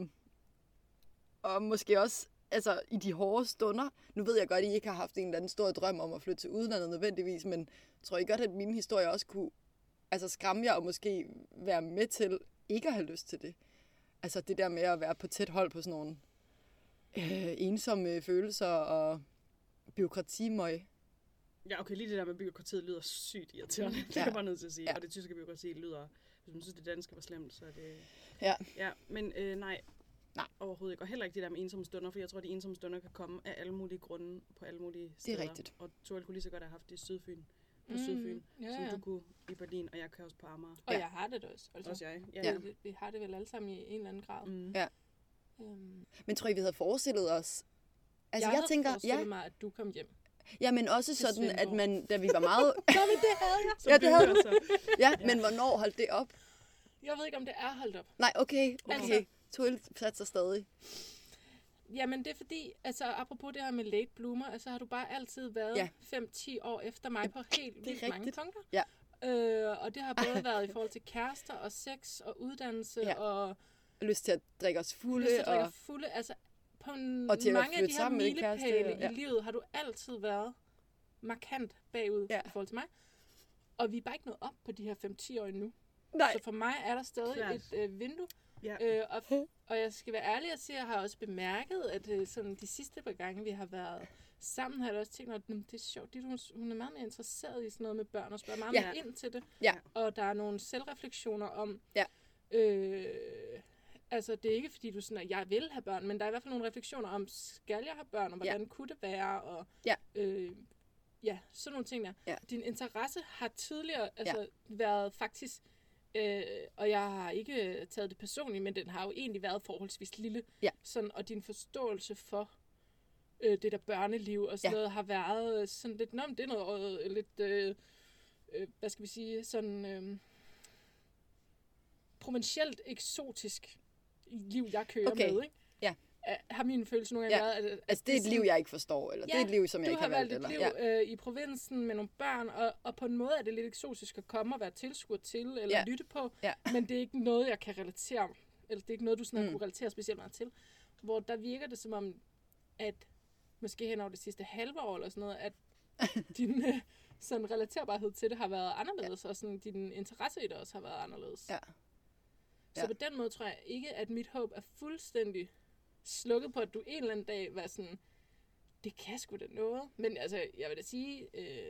og måske også altså, i de hårde stunder. Nu ved jeg godt, at I ikke har haft en eller anden stor drøm om at flytte til udlandet nødvendigvis, men tror I godt, at mine historier også kunne skræmme jer og måske være med til ikke at have lyst til det? Altså det der med at være på tæt hold på sådan nogle ensomme følelser og bureaukratimøg. Ja, okay, lige det der med bureaukratiet lyder sygt irriterende. Det er jeg bare nødt til at sige. Ja. Og det tyske bureaukrati lyder, hvis man synes, det danske var slemt, så er det... Ja, men nej, overhovedet ikke. Og heller ikke det der med ensomme stunder, for jeg tror, at de ensomme stunder kan komme af alle mulige grunde på alle mulige steder. Det er rigtigt. Og Tuel kunne lige så godt have haft det i Sydfyn, som du kunne i Berlin, og jeg kan også på Amager. Og jeg har det også. Altså. Også jeg. Ja. Vi har det vel alle sammen i en eller anden grad. Ja. Men tror I, vi havde forestillet os... Altså, jeg tænker, forestillet mig, at du kom hjem. Ja, men også sådan, at man, da vi var meget... det havde jeg. Ja, det havde du. Ja, men hvornår holdt det op? Jeg ved ikke, om det er holdt op. Nej, okay. Altså, Tuel satte sig stadig. Jamen, det er fordi, altså apropos det her med late bloomer, altså har du bare altid været 5-10 år efter mig på helt vildt mange punkter. Ja. Og det har både været i forhold til kærester og sex og uddannelse og... lyst til at drikke os fulde. Altså på mange af de her milepæle i livet har du altid været markant bagud i forhold til mig. Og vi er bare ikke nået op på de her 5-10 år endnu. Nej. Så for mig er der stadig et vindue. Ja. Og jeg skal være ærlig og sige, at jeg har også bemærket, at sådan de sidste par gange, vi har været sammen, har jeg også tænkt, at det er sjovt. Hun er meget mere interesseret i sådan noget med børn, og spørger meget mere ind til det. Ja. Og der er nogle selvreflektioner om... Ja. Altså, det er ikke fordi, du sådan, at jeg vil have børn, men der er i hvert fald nogle refleksioner om, skal jeg have børn, og hvordan kunne det være, og sådan nogle ting der. Ja. Din interesse har tidligere været faktisk, og jeg har ikke taget det personligt, men den har jo egentlig været forholdsvis lille, sådan, og din forståelse for det der børneliv og sådan noget har været sådan lidt, det er noget lidt hvad skal vi sige, sådan provincielt eksotisk liv, jeg kører med, ikke? Ja. Har min følelse nogle gange været, at altså det er et liv, jeg ikke forstår, eller det er et liv, som jeg ikke har valgt. Du har valgt et liv i provinsen med nogle børn, og på en måde er det lidt eksotisk at komme og være tilskuer til, eller lytte på, men det er ikke noget, jeg kan relatere, eller det er ikke noget, du sådan har kunne relatere specielt meget til. Hvor der virker det som om, at måske hen over det sidste halve år, eller sådan noget, at din sådan relaterbarhed til det har været anderledes, og sådan din interesse i det også har været anderledes. Ja. Så på den måde tror jeg ikke, at mit håb er fuldstændig slukket på, at du en eller anden dag var sådan, det kan sgu da noget. Men altså, jeg vil da sige,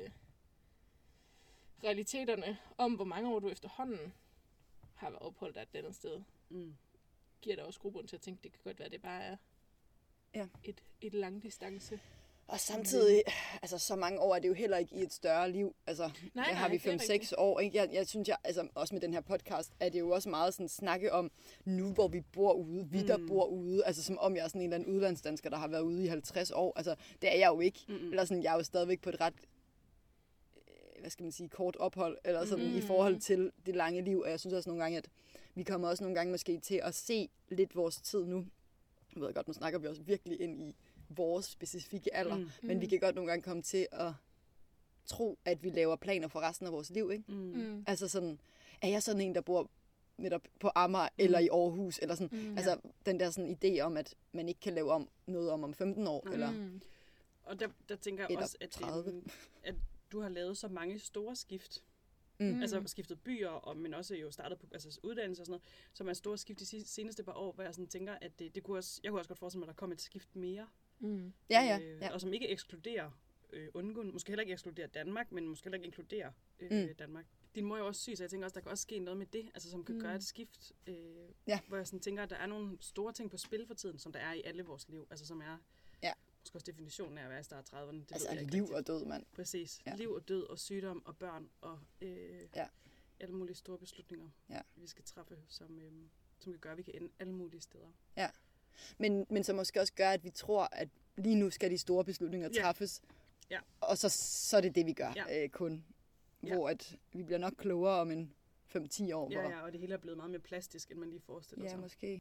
realiteterne om, hvor mange år du efterhånden har været opholdt et andet sted, giver dig også grobund til at tænke, det kan godt være, det bare er et langdistance. Og samtidig, altså så mange år er det jo heller ikke i et større liv. Altså, nej, har vi 5-6 år, ikke? Jeg synes, altså også med den her podcast, er det jo også meget sådan snakke om, nu hvor vi bor ude, vi der bor ude, altså som om jeg er sådan en eller anden udlandsdansker, der har været ude i 50 år. Altså, det er jeg jo ikke. Eller sådan, jeg er jo stadigvæk på et ret, hvad skal man sige, kort ophold, eller sådan i forhold til det lange liv. Og jeg synes også nogle gange, at vi kommer også nogle gange måske til at se lidt vores tid nu. Jeg ved godt, nu snakker vi også virkelig ind i vores specifikke alder, men vi kan godt nogle gange komme til at tro, at vi laver planer for resten af vores liv, ikke? Altså sådan, er jeg sådan en, der bor netop på Amager eller i Aarhus, eller sådan, altså den der sådan idé om, at man ikke kan lave noget om 15 år, eller og der tænker jeg også, at du har lavet så mange store skift. Altså skiftet byer, men også jo startet på uddannelse og sådan noget, som er store skift de seneste par år, hvor jeg sådan tænker, at jeg kunne også godt forestille mig, at der kommer et skift mere. Ja. Og som ikke ekskluderer måske heller ikke ekskluderer Danmark, men måske heller ikke inkluderer Danmark. Din mor er jo også syg, så jeg tænker også, der kan også ske noget med det, altså som kan gøre et skift, hvor jeg sådan tænker, at der er nogle store ting på spil for tiden, som der er i alle vores liv, altså som er måske også definitionen af at være i start 30'erne. Det altså liv og død, mand. Præcis. Ja. Liv og død og sygdom og børn og alle mulige store beslutninger, vi skal træffe, som kan gøre, at vi kan ende alle mulige steder. Ja. Men som måske også gør, at vi tror, at lige nu skal de store beslutninger træffes. Ja. Og så er det det, vi gør kun. Hvor at vi bliver nok klogere om en 5-10 år. Ja, og det hele er blevet meget mere plastisk, end man lige forestiller sig. Ja, måske.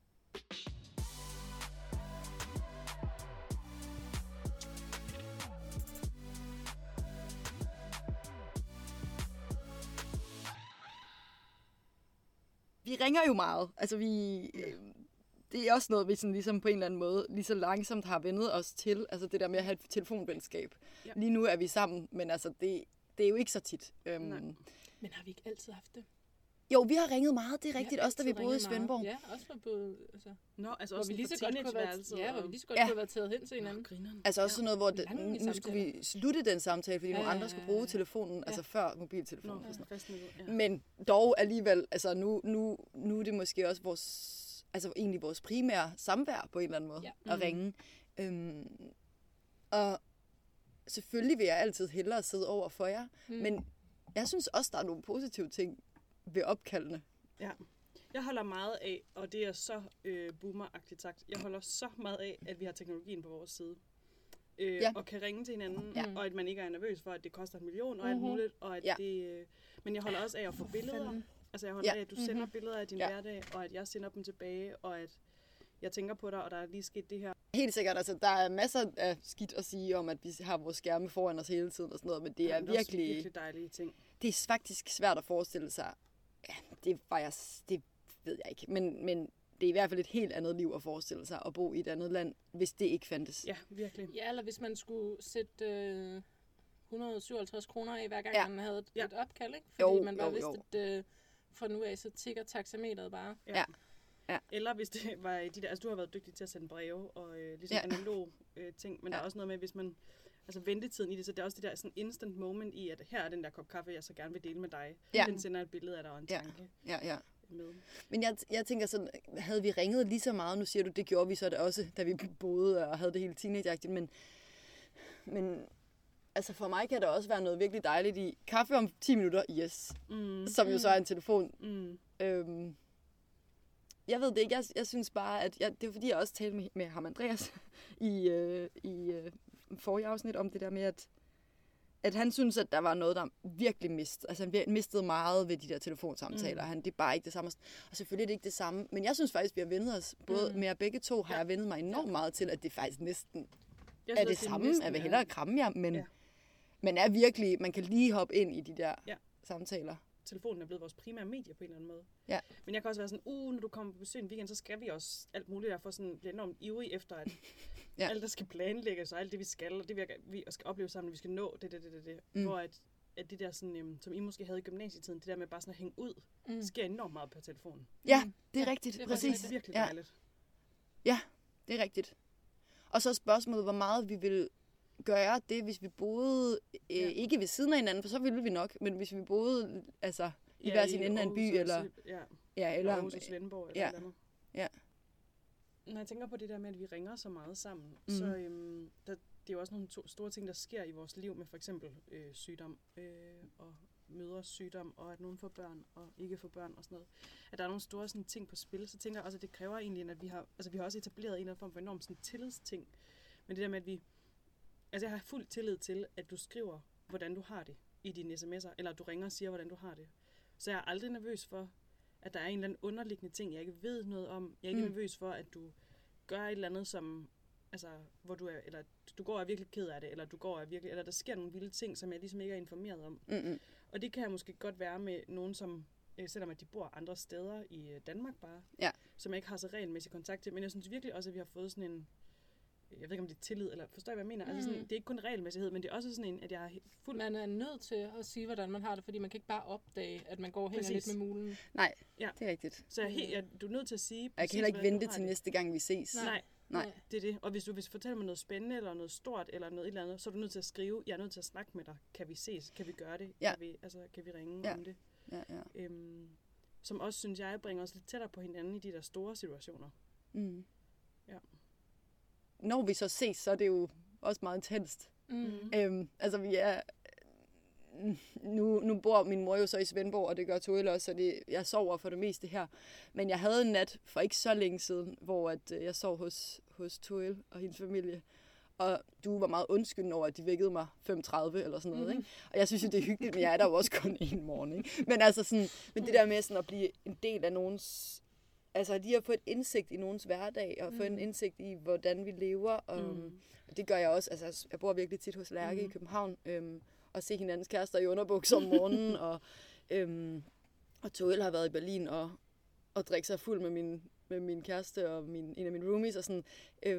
Vi ringer jo meget. Altså det er også noget, vi sådan ligesom på en eller anden måde lige så langsomt har vendet os til. Altså det der med at have et telefonvenskab. Ja. Lige nu er vi sammen, men altså det er jo ikke så tit. Men har vi ikke altid haft det? Jo, vi har ringet meget, det er rigtigt. Også da vi boede i Svendborg. Ja, også for både... Altså, også hvor vi lige så godt kunne have været, hvor vi lige så godt kunne have været taget hen til hinanden. Altså også sådan noget, hvor nu skulle vi slutte den samtale, fordi nogle andre skulle bruge telefonen, altså før mobiltelefonen. Men dog alligevel, altså nu er det måske også vores primære samvær på en eller anden måde, at ringe. Og selvfølgelig vil jeg altid hellere sidde over for jer, men jeg synes også, der er nogle positive ting ved opkaldene. Ja. Jeg holder meget af, og det er så boomer-agtigt sagt, jeg holder så meget af, at vi har teknologien på vores side. Og kan ringe til hinanden, og at man ikke er nervøs for, at det koster 1 million og alt muligt. Og at men jeg holder også af at få billeder. Altså jeg holder af, at du sender billeder af din hverdag, og at jeg sender dem tilbage, og at jeg tænker på dig, og der er lige sket det her. Helt sikkert, altså der er masser af skidt at sige om, at vi har vores skærme foran os hele tiden og sådan noget, men det er virkelig dejlige ting. Det er faktisk svært at forestille sig. Ja, det ved jeg ikke, men det er i hvert fald et helt andet liv at forestille sig at bo i et andet land, hvis det ikke fandtes. Ja, virkelig. Ja, eller hvis man skulle sætte 157 kroner af, hver gang man havde et opkald, ikke? Fordi man bare vidste, at fra nu af, så tigger taxameteret bare. Ja. Eller hvis det var de der, altså du har været dygtig til at sende breve og ligesom analog ting, men der er også noget med, hvis man, altså ventetiden i det, så det er også det der sådan instant moment i, at her er den der kop kaffe, jeg så gerne vil dele med dig. Den sender et billede af dig og en tanke. Ja. Med. Men jeg tænker sådan, havde vi ringet lige så meget, nu siger du, det gjorde vi så det også, da vi boede og havde det hele teenageagtigt, men altså for mig kan der også være noget virkelig dejligt i kaffe om 10 minutter, som jo så er en telefon. Jeg ved det ikke, jeg synes bare, at det er fordi, jeg også talte med ham Andreas i forrige afsnit om det der med, at han synes, at der var noget, der virkelig mistede. Altså han mistede meget ved de der telefonsamtaler. Det er bare ikke det samme. Og selvfølgelig er det ikke det samme. Men jeg synes faktisk, vi har vendet os. Både med jer begge to har jeg vendet mig enormt meget til, at det faktisk næsten er det samme. Jeg vil hellere kramme jer, men man er virkelig, man kan lige hoppe ind i de der samtaler. Telefonen er blevet vores primære medie på en eller anden måde. Ja. Men jeg kan også være sådan, når du kommer på besøg en weekend, så skal vi også alt muligt. Jeg får sådan, bliver enormt ivrig efter, at alt, der skal planlægges, og alt det, vi skal, og det, vi skal opleve sammen, vi skal nå det. Hvor at det der, sådan, som I måske havde i gymnasietiden, det der med bare sådan at hænge ud, sker enormt meget på telefonen. Ja, det er rigtigt. Det er præcis. virkelig dejligt. Ja, det er rigtigt. Og så er spørgsmålet, hvor meget vi vil gøre det, hvis vi boede ikke ved siden af hinanden, for så ville vi nok, men hvis vi boede altså i hver sin ende af en by, eller eller Aarhus og Svendborg, eller et eller andet. Ja. Når jeg tænker på det der med, at vi ringer så meget sammen, så det er jo også nogle store ting, der sker i vores liv, med for eksempel sygdom og mødres sygdom, og at nogen får børn og ikke får børn og sådan noget. At der er nogle store sådan, ting på spil, så tænker jeg også, at det kræver egentlig, at vi har også etableret en eller anden form for enormt sådan, tillidsting. Men det der med, at jeg har fuld tillid til, at du skriver, hvordan du har det i dine sms'er, eller at du ringer og siger, hvordan du har det. Så jeg er aldrig nervøs for, at der er en eller anden underliggende ting, jeg ikke ved noget om. Jeg er ikke nervøs for, at du gør et eller andet, som, altså, hvor du er, eller du går og er virkelig ked af det, eller der sker nogle vilde ting, som jeg ligesom ikke er informeret om. Og det kan jeg måske godt være med nogen, som, selvom at de bor andre steder i Danmark bare, som jeg ikke har så regelmæssig kontakt til. Men jeg synes virkelig også, at vi har fået sådan en, jeg ved ikke om det er tillid, eller forstår jeg, hvad jeg mener? Altså sådan, det er ikke kun regelmæssighed, men det er også sådan en, at jeg er fuld... Man er nødt til at sige, hvordan man har det, fordi man kan ikke bare opdage, at man går og hænger lidt med mulen. Nej, det er rigtigt. Så du er nødt til at sige... Jeg kan heller ikke vente til næste gang, vi ses. Nej, det er det. Og hvis du vil fortælle mig noget spændende, eller noget stort, eller noget et eller andet, så er du nødt til at skrive, jeg er nødt til at snakke med dig. Kan vi ses? Kan vi gøre det? Kan vi ringe om det? Som også, synes jeg, bringer os lidt tættere på hinanden i de der store situationer. Ja. Når vi så ses, så er det jo også meget intenst. Altså vi er... Nu bor min mor jo så i Svendborg, og det gør Toel også, så jeg sover for det meste her. Men jeg havde en nat for ikke så længe siden, hvor at jeg sov hos Toel og hendes familie. Og du var meget undskyldende over, at de vækkede mig 5:30 eller sådan noget. Ikke? Og jeg synes jo, det er hyggeligt, men jeg er der jo også kun en morgen. Ikke? Men altså sådan, det der med sådan at blive en del af nogens... Altså, de har fået indsigt i nogens hverdag, og fået en indsigt i, hvordan vi lever. Og det gør jeg også. Altså, jeg bor virkelig tit hos Lærke i København, og se hinandens kærester i underbukser om morgenen. Og Toel har været i Berlin og drikke sig fuld med min kæreste og en af mine roomies. Og sådan,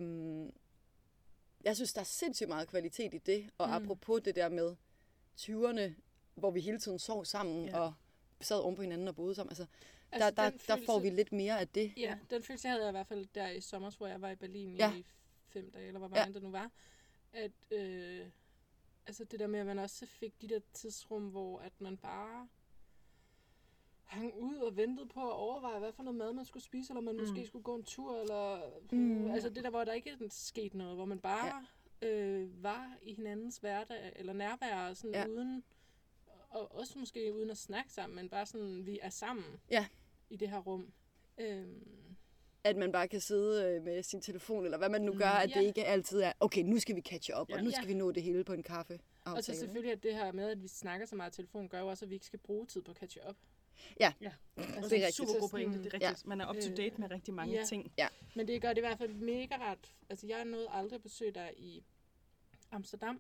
jeg synes, der er sindssygt meget kvalitet i det. Og apropos det der med 20'erne, hvor vi hele tiden sov sammen og sad oven på hinanden og boede sammen. Altså, der får vi lidt mere af det. Ja, den følelse havde jeg i hvert fald der i sommer, hvor jeg var i Berlin i 5 dage, eller hvor mange det nu var. At altså det der med, at man også fik de der tidsrum, hvor at man bare hang ud og ventede på at overveje, hvad for noget mad man skulle spise, eller man måske skulle gå en tur, eller altså det der, hvor der ikke skete noget, hvor man bare var i hinandens hverdag, eller nærvær, sådan uden, og også måske uden at snakke sammen, men bare sådan, vi er sammen i det her rum. At man bare kan sidde med sin telefon, eller hvad man nu gør, at det ikke altid er, okay, nu skal vi catch up, og nu skal vi nå det hele på en kaffe. Og så selvfølgelig, at det her med, at vi snakker så meget telefon, gør jo også, at vi ikke skal bruge tid på at catch up. Ja. Altså, det er super god pointe, det er rigtigt. Man er up to date med rigtig mange ting. Ja. Men det gør det i hvert fald mega ret. Altså, jeg nåede aldrig at besøge dig i Amsterdam,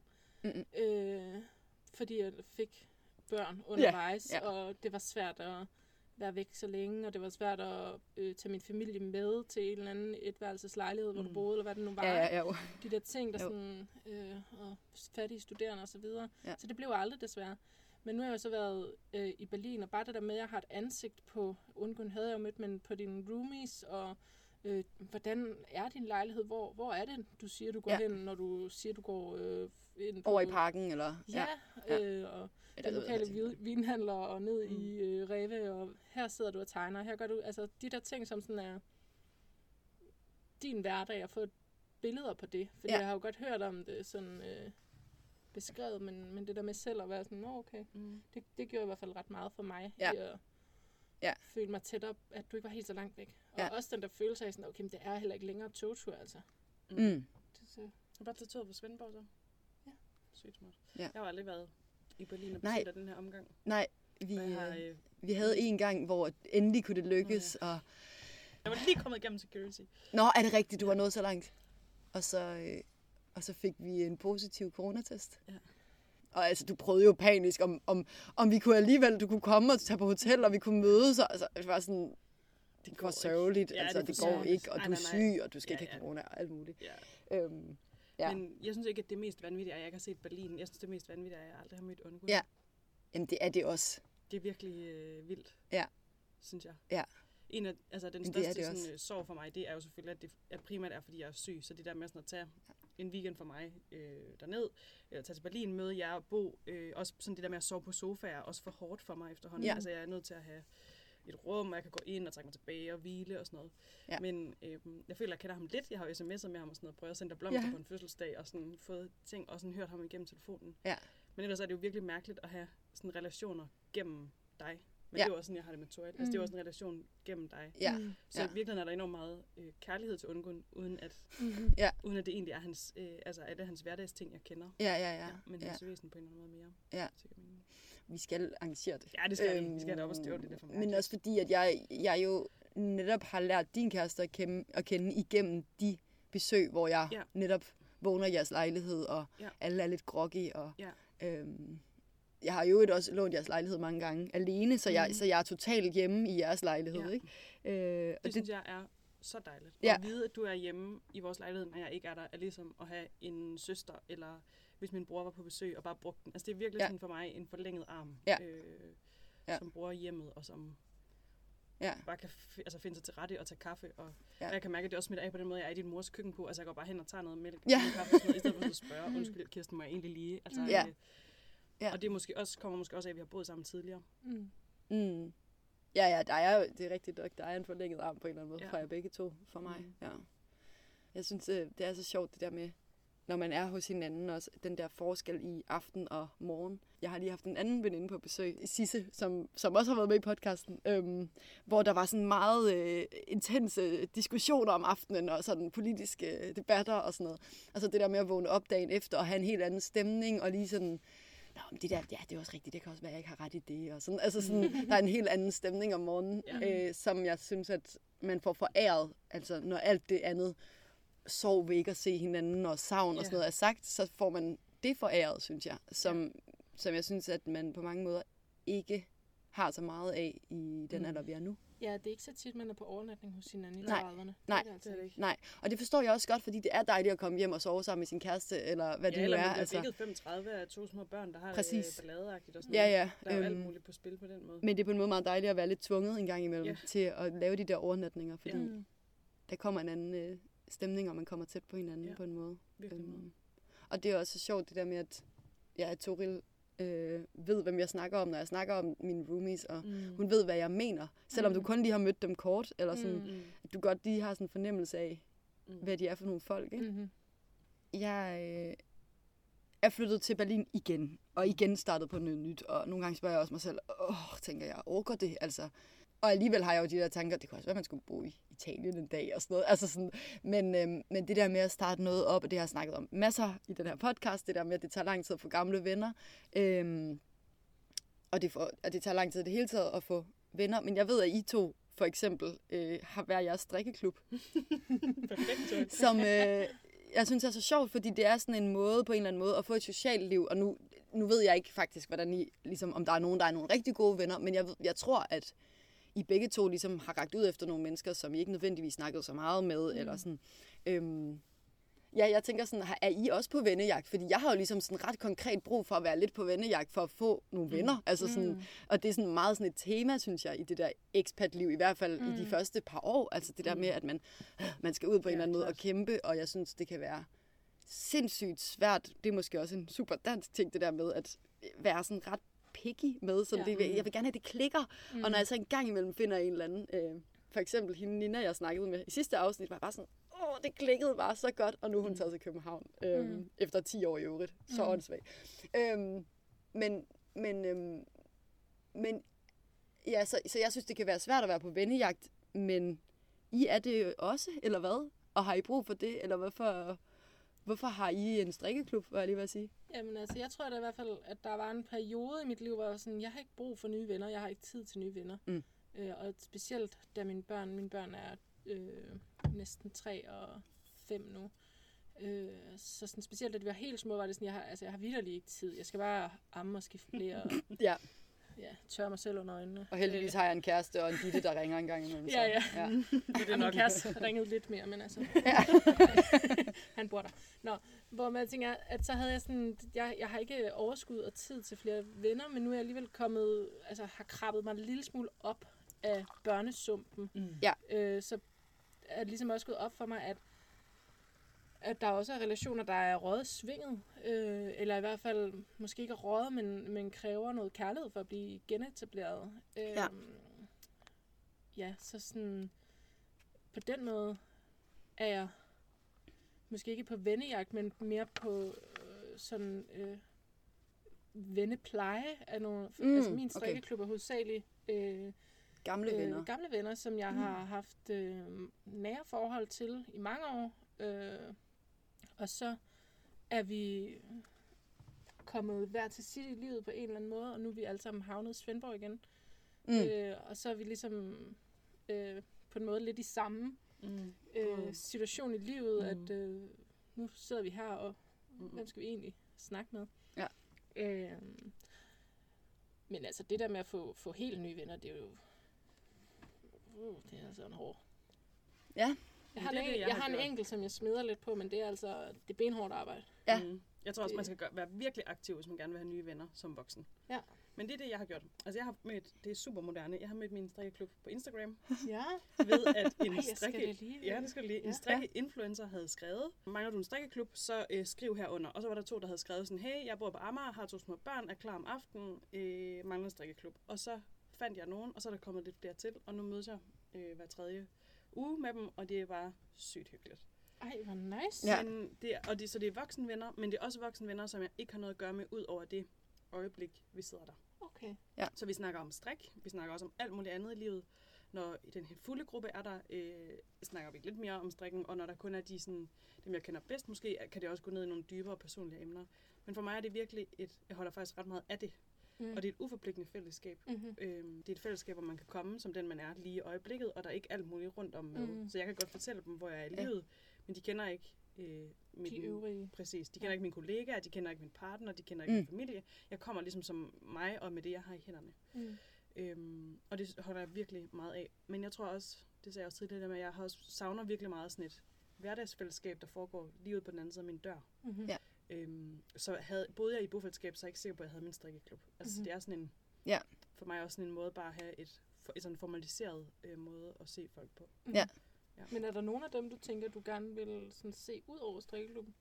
fordi jeg fik børn undervejs, og det var svært at være væk så længe, og det var svært at tage min familie med til en eller anden etværelseslejlighed, hvor du boede, eller hvad det nu var. De der ting, der sådan, og fattige studerende og så videre. Så det blev aldrig desværre. Men nu har jeg så været i Berlin, og bare det der med, at jeg har et ansigt på, undgående havde jeg jo mødt, men på dine roomies, og hvordan er din lejlighed? Hvor er det, du siger, du går hen, når du siger, du går ind på... Over i parken, eller... Og de lokale vinhandler og ned i Reve, og her sidder du og tegner. Her gør du altså de der ting, som sådan er din hverdag, at få billeder på det. Fordi jeg har jo godt hørt om det sådan beskrevet, men det der med selv at være sådan, okay, det gjorde i hvert fald ret meget for mig. At føle mig tættere, at du ikke var helt så langt væk. Og også den der følelse af sådan, okay, men det er heller ikke længere togtur, altså. Du har bare taget toget på Svendborg, så? Sygt smart. Ja. Jeg har aldrig været i Berlin og besøgt den her omgang. Nej, vi havde en gang, hvor endelig kunne det lykkes. Og... Jeg var lige kommet igennem security. Nå, er det rigtigt? Du var nået så langt? Og så fik vi en positiv coronatest. Ja. Og altså, du prøvede jo panisk, om vi kunne alligevel, du kunne komme og tage på hotel, og vi kunne mødes. Altså, det var sådan, det går sørgeligt. Ja, altså, det går ikke, og du er syg, og du skal ikke have corona og alt muligt. Ja. Ja. Men jeg synes ikke, at det mest vanvittige er, at jeg ikke har set Berlin. Jeg synes, det mest vanvittige er, at jeg aldrig har mødt Ungud. Ja, jamen det er det også. Det er virkelig vildt, synes jeg. Ja. En af, altså den største sådan, sorg for mig, det er jo selvfølgelig, at det primært er, fordi jeg er syg. Så det der med sådan at tage en weekend for mig derned, eller tage til Berlin, møde jer og bo. Også sådan det der med at sove på sofaer, også for hårdt for mig efterhånden. Ja. Altså jeg er nødt til at have et rum, og jeg kan gå ind og trække mig tilbage og hvile og sådan noget. Ja. Men jeg føler, at jeg kender ham lidt. Jeg har jo sms'et med ham og sådan noget, prøvet at sende der blomster på en fødselsdag, og sådan fået ting, og sådan hørt ham igennem telefonen. Ja. Men ellers er det jo virkelig mærkeligt at have sådan relationer gennem dig. Men det er jo også sådan, jeg har det med Toril. Altså, det er jo også en relation gennem dig. Ja. Så i virkeligheden er der enormt meget kærlighed til Ungud, uden at det egentlig er hans, er det hans hverdagsting, jeg kender. Men hans væsen på en eller anden måde mere. Ja. Vi skal arrangere det. Ja, det skal vi. Vi skal have det op og støve det for mig. Men også fordi, at jeg jo netop har lært din kæreste at kende igennem de besøg, hvor jeg netop vågner i jeres lejlighed, og alle er lidt groggy, og... jeg har jo også lånt jeres lejlighed mange gange alene, så jeg er totalt hjemme i jeres lejlighed. Ikke? Det synes jeg er så dejligt. At vide, at du er hjemme i vores lejlighed, når jeg ikke er der, er ligesom at have en søster, eller hvis min bror var på besøg og bare brugte den. Altså det er virkelig sådan for mig en forlænget arm, som bruger hjemmet, og som bare kan finde sig til rette og tage kaffe. Og jeg kan mærke, at det også smitter af på den måde, jeg er i din mors køkken på. Altså jeg går bare hen og tager noget mælk og kaffe, og sådan noget, i stedet for at spørge, undskyld Kirsten, må jeg egentlig lige? Altså, og det kommer måske også af, at vi har boet sammen tidligere. Ja, der er, det er rigtigt nok. Der er en forlænget arm på en eller anden måde fra jer begge to for mig. Ja. Jeg synes, det er så sjovt det der med, når man er hos hinanden også, den der forskel i aften og morgen. Jeg har lige haft en anden veninde på besøg, Sisse, som også har været med i podcasten, hvor der var sådan meget intense diskussioner om aftenen og sådan politiske debatter og sådan noget. Altså det der med at vågne op dagen efter og have en helt anden stemning og lige sådan... Nå, det der, det er også rigtigt, det kan også være, at jeg ikke har ret i det. Og sådan. Altså sådan, der er en helt anden stemning om morgenen, som jeg synes, at man får foræret. Altså, når alt det andet sov ved ikke at se hinanden og savn og sådan noget er sagt, så får man det foræret, synes jeg. Som jeg synes, at man på mange måder ikke har så meget af i den alder, vi er nu. Ja, det er ikke så tit, man er på overnatning hos hinanden i 30'erne. Nej, og det forstår jeg også godt, fordi det er dejligt at komme hjem og sove sammen med sin kæreste, eller hvad det nu er. Ja, eller man 35 af 2 små børn, der har balladeagtigt og sådan noget. Ja. Der er jo alt muligt på spil på den måde. Men det er på en måde meget dejligt at være lidt tvunget en gang imellem til at lave de der overnatninger, fordi der kommer en anden stemning, og man kommer tæt på hinanden på en måde. Og det er også så sjovt det der med, at Toril ved, hvem jeg snakker om, når jeg snakker om mine roomies, og hun ved, hvad jeg mener, selvom du kun lige har mødt dem kort, eller sådan, at du godt lige har sådan en fornemmelse af, hvad de er for nogle folk. Ikke? Jeg er flyttet til Berlin igen, og igen startet på noget nyt, og nogle gange spørger jeg også mig selv, tænker jeg, orker det, altså? Og alligevel har jeg jo de der tanker, det kunne også være, at man skulle bo i Italien en dag og sådan noget. Altså sådan, men det der med at starte noget op, og det har jeg snakket om masser i den her podcast, det der med, at det tager lang tid at få gamle venner. Og det tager lang tid det hele taget at få venner. Men jeg ved, at I to for eksempel har hver jeres strikkeklub. Perfekt. Som jeg synes er så sjovt, fordi det er sådan en måde på en eller anden måde at få et socialt liv. Og nu ved jeg ikke faktisk, hvordan I, ligesom, om der er nogen, der er nogle rigtig gode venner, men jeg tror, at I begge to ligesom har rakt ud efter nogle mennesker, som I ikke nødvendigvis snakkede så meget med, eller sådan. Jeg tænker sådan, er I også på vennejagt? Fordi jeg har jo ligesom sådan ret konkret brug for at være lidt på vennejagt, for at få nogle venner. Altså sådan, og det er sådan meget sådan et tema, synes jeg, i det der expat-liv, i hvert fald i de første par år. Altså det der med, at man skal ud på en eller anden måde og kæmpe, og jeg synes, det kan være sindssygt svært. Det er måske også en super dansk ting, det der med at være sådan ret picky med. Sådan jeg vil gerne have, det klikker. Og når jeg så en gang imellem finder en eller anden, for eksempel hende Nina, jeg snakkede med i sidste afsnit, var bare sådan, det klikkede bare så godt, og nu er hun taget til København. Efter 10 år i øvrigt. Så åndssvagt. Men ja, så jeg synes, det kan være svært at være på vennejagt, men I er det også, eller hvad? Og har I brug for det, eller Hvorfor har I en strikkeklub, hvad jeg lige vil sige? Jamen altså, jeg tror da i hvert fald, at der var en periode i mit liv, hvor jeg var sådan, jeg har ikke brug for nye venner, jeg har ikke tid til nye venner. Og specielt da mine børn er næsten 3 og 5 nu. Så sådan, specielt da de var helt små, var det sådan, jeg har vitterlig ikke tid. Jeg skal bare amme og skifte blære og tørre mig selv under øjnene. Og heldigvis har jeg en kæreste og en Ditte, der ringer en gang imellem. Ja. Det er nok min kæreste ringede lidt mere, men altså. Han bor der. Nå, hvor man tænker, at så havde jeg sådan, jeg har ikke overskud og tid til flere venner, men nu er jeg alligevel har krabbet mig en lille smule op af børnesumpen. Så er det ligesom også gået op for mig, at der også er relationer, der er røget svinget, eller i hvert fald måske ikke røget, men kræver noget kærlighed for at blive genetableret. Så sådan, på den måde er jeg måske ikke på vennejagt, men mere på vennepleje af nogle, altså min strikkeklub er hovedsageligt gamle venner, som jeg har haft nære forhold til i mange år. Og så er vi kommet hver til sit i livet på en eller anden måde, og nu er vi alle sammen havnet i Svendborg igen. Og så er vi ligesom på en måde lidt i samme situation i livet, at nu sidder vi her, og hvem skal vi egentlig snakke med? Ja. Men altså det der med at få helt nye venner, det er jo det er altså en hård. Ja. Jeg har en enkelt, som jeg smider lidt på, men det er altså det er benhårdt arbejde. Ja. Jeg tror også, man skal være virkelig aktiv, hvis man gerne vil have nye venner som voksen. Ja. Men det er det, jeg har gjort. Altså jeg har mødt, det er super moderne, jeg har mødt min strikkeklub på Instagram. Ja. Ved at en strikke-influencer havde skrevet, mangler du en strikkeklub, så skriv herunder. Og så var der 2, der havde skrevet sådan, hey, jeg bor på Amager, har 2 små børn, er klar om aftenen, mangler en strikkeklub. Og så fandt jeg nogen, og så er der kommet lidt flere til, og nu mødes jeg hver 3. uge med dem, og det er bare sygt hyggeligt. Ej, hvor nice. Ja. Så det er voksenvenner, men det er også voksenvenner, som jeg ikke har noget at gøre med, ud over det øjeblik, vi sidder der. Okay. Ja. Så vi snakker om strik, vi snakker også om alt muligt andet i livet. Når i den fulde gruppe er der, snakker vi lidt mere om strikken, og når der kun er dem jeg kender bedst, måske kan det også gå ned i nogle dybere personlige emner. Men for mig er det virkelig jeg holder faktisk ret meget af det. Og det er et uforpligtende fællesskab. Det er et fællesskab, hvor man kan komme som den, man er lige i øjeblikket, og der er ikke alt muligt rundt om med. Så jeg kan godt fortælle dem, hvor jeg er i livet, men de kender ikke de øvrige. Præcis. De kender ikke mine kollegaer, de kender ikke min partner, de kender ikke min familie. Jeg kommer ligesom som mig, og med det, jeg har i hænderne. Og det holder jeg virkelig meget af. Men jeg tror også, det sagde jeg også tidligere, at jeg savner virkelig meget sådan et hverdagsfællesskab, der foregår lige ude på den anden side af min dør. Ja. Så boede jeg i bofællesskab, så er jeg ikke sikker på, at jeg havde min strikkeklub. Altså det er sådan en, for mig også sådan en måde bare at have et sådan formaliseret måde at se folk på. Ja. Men er der nogen af dem, du tænker, du gerne vil sådan se ud over strikkeklubben?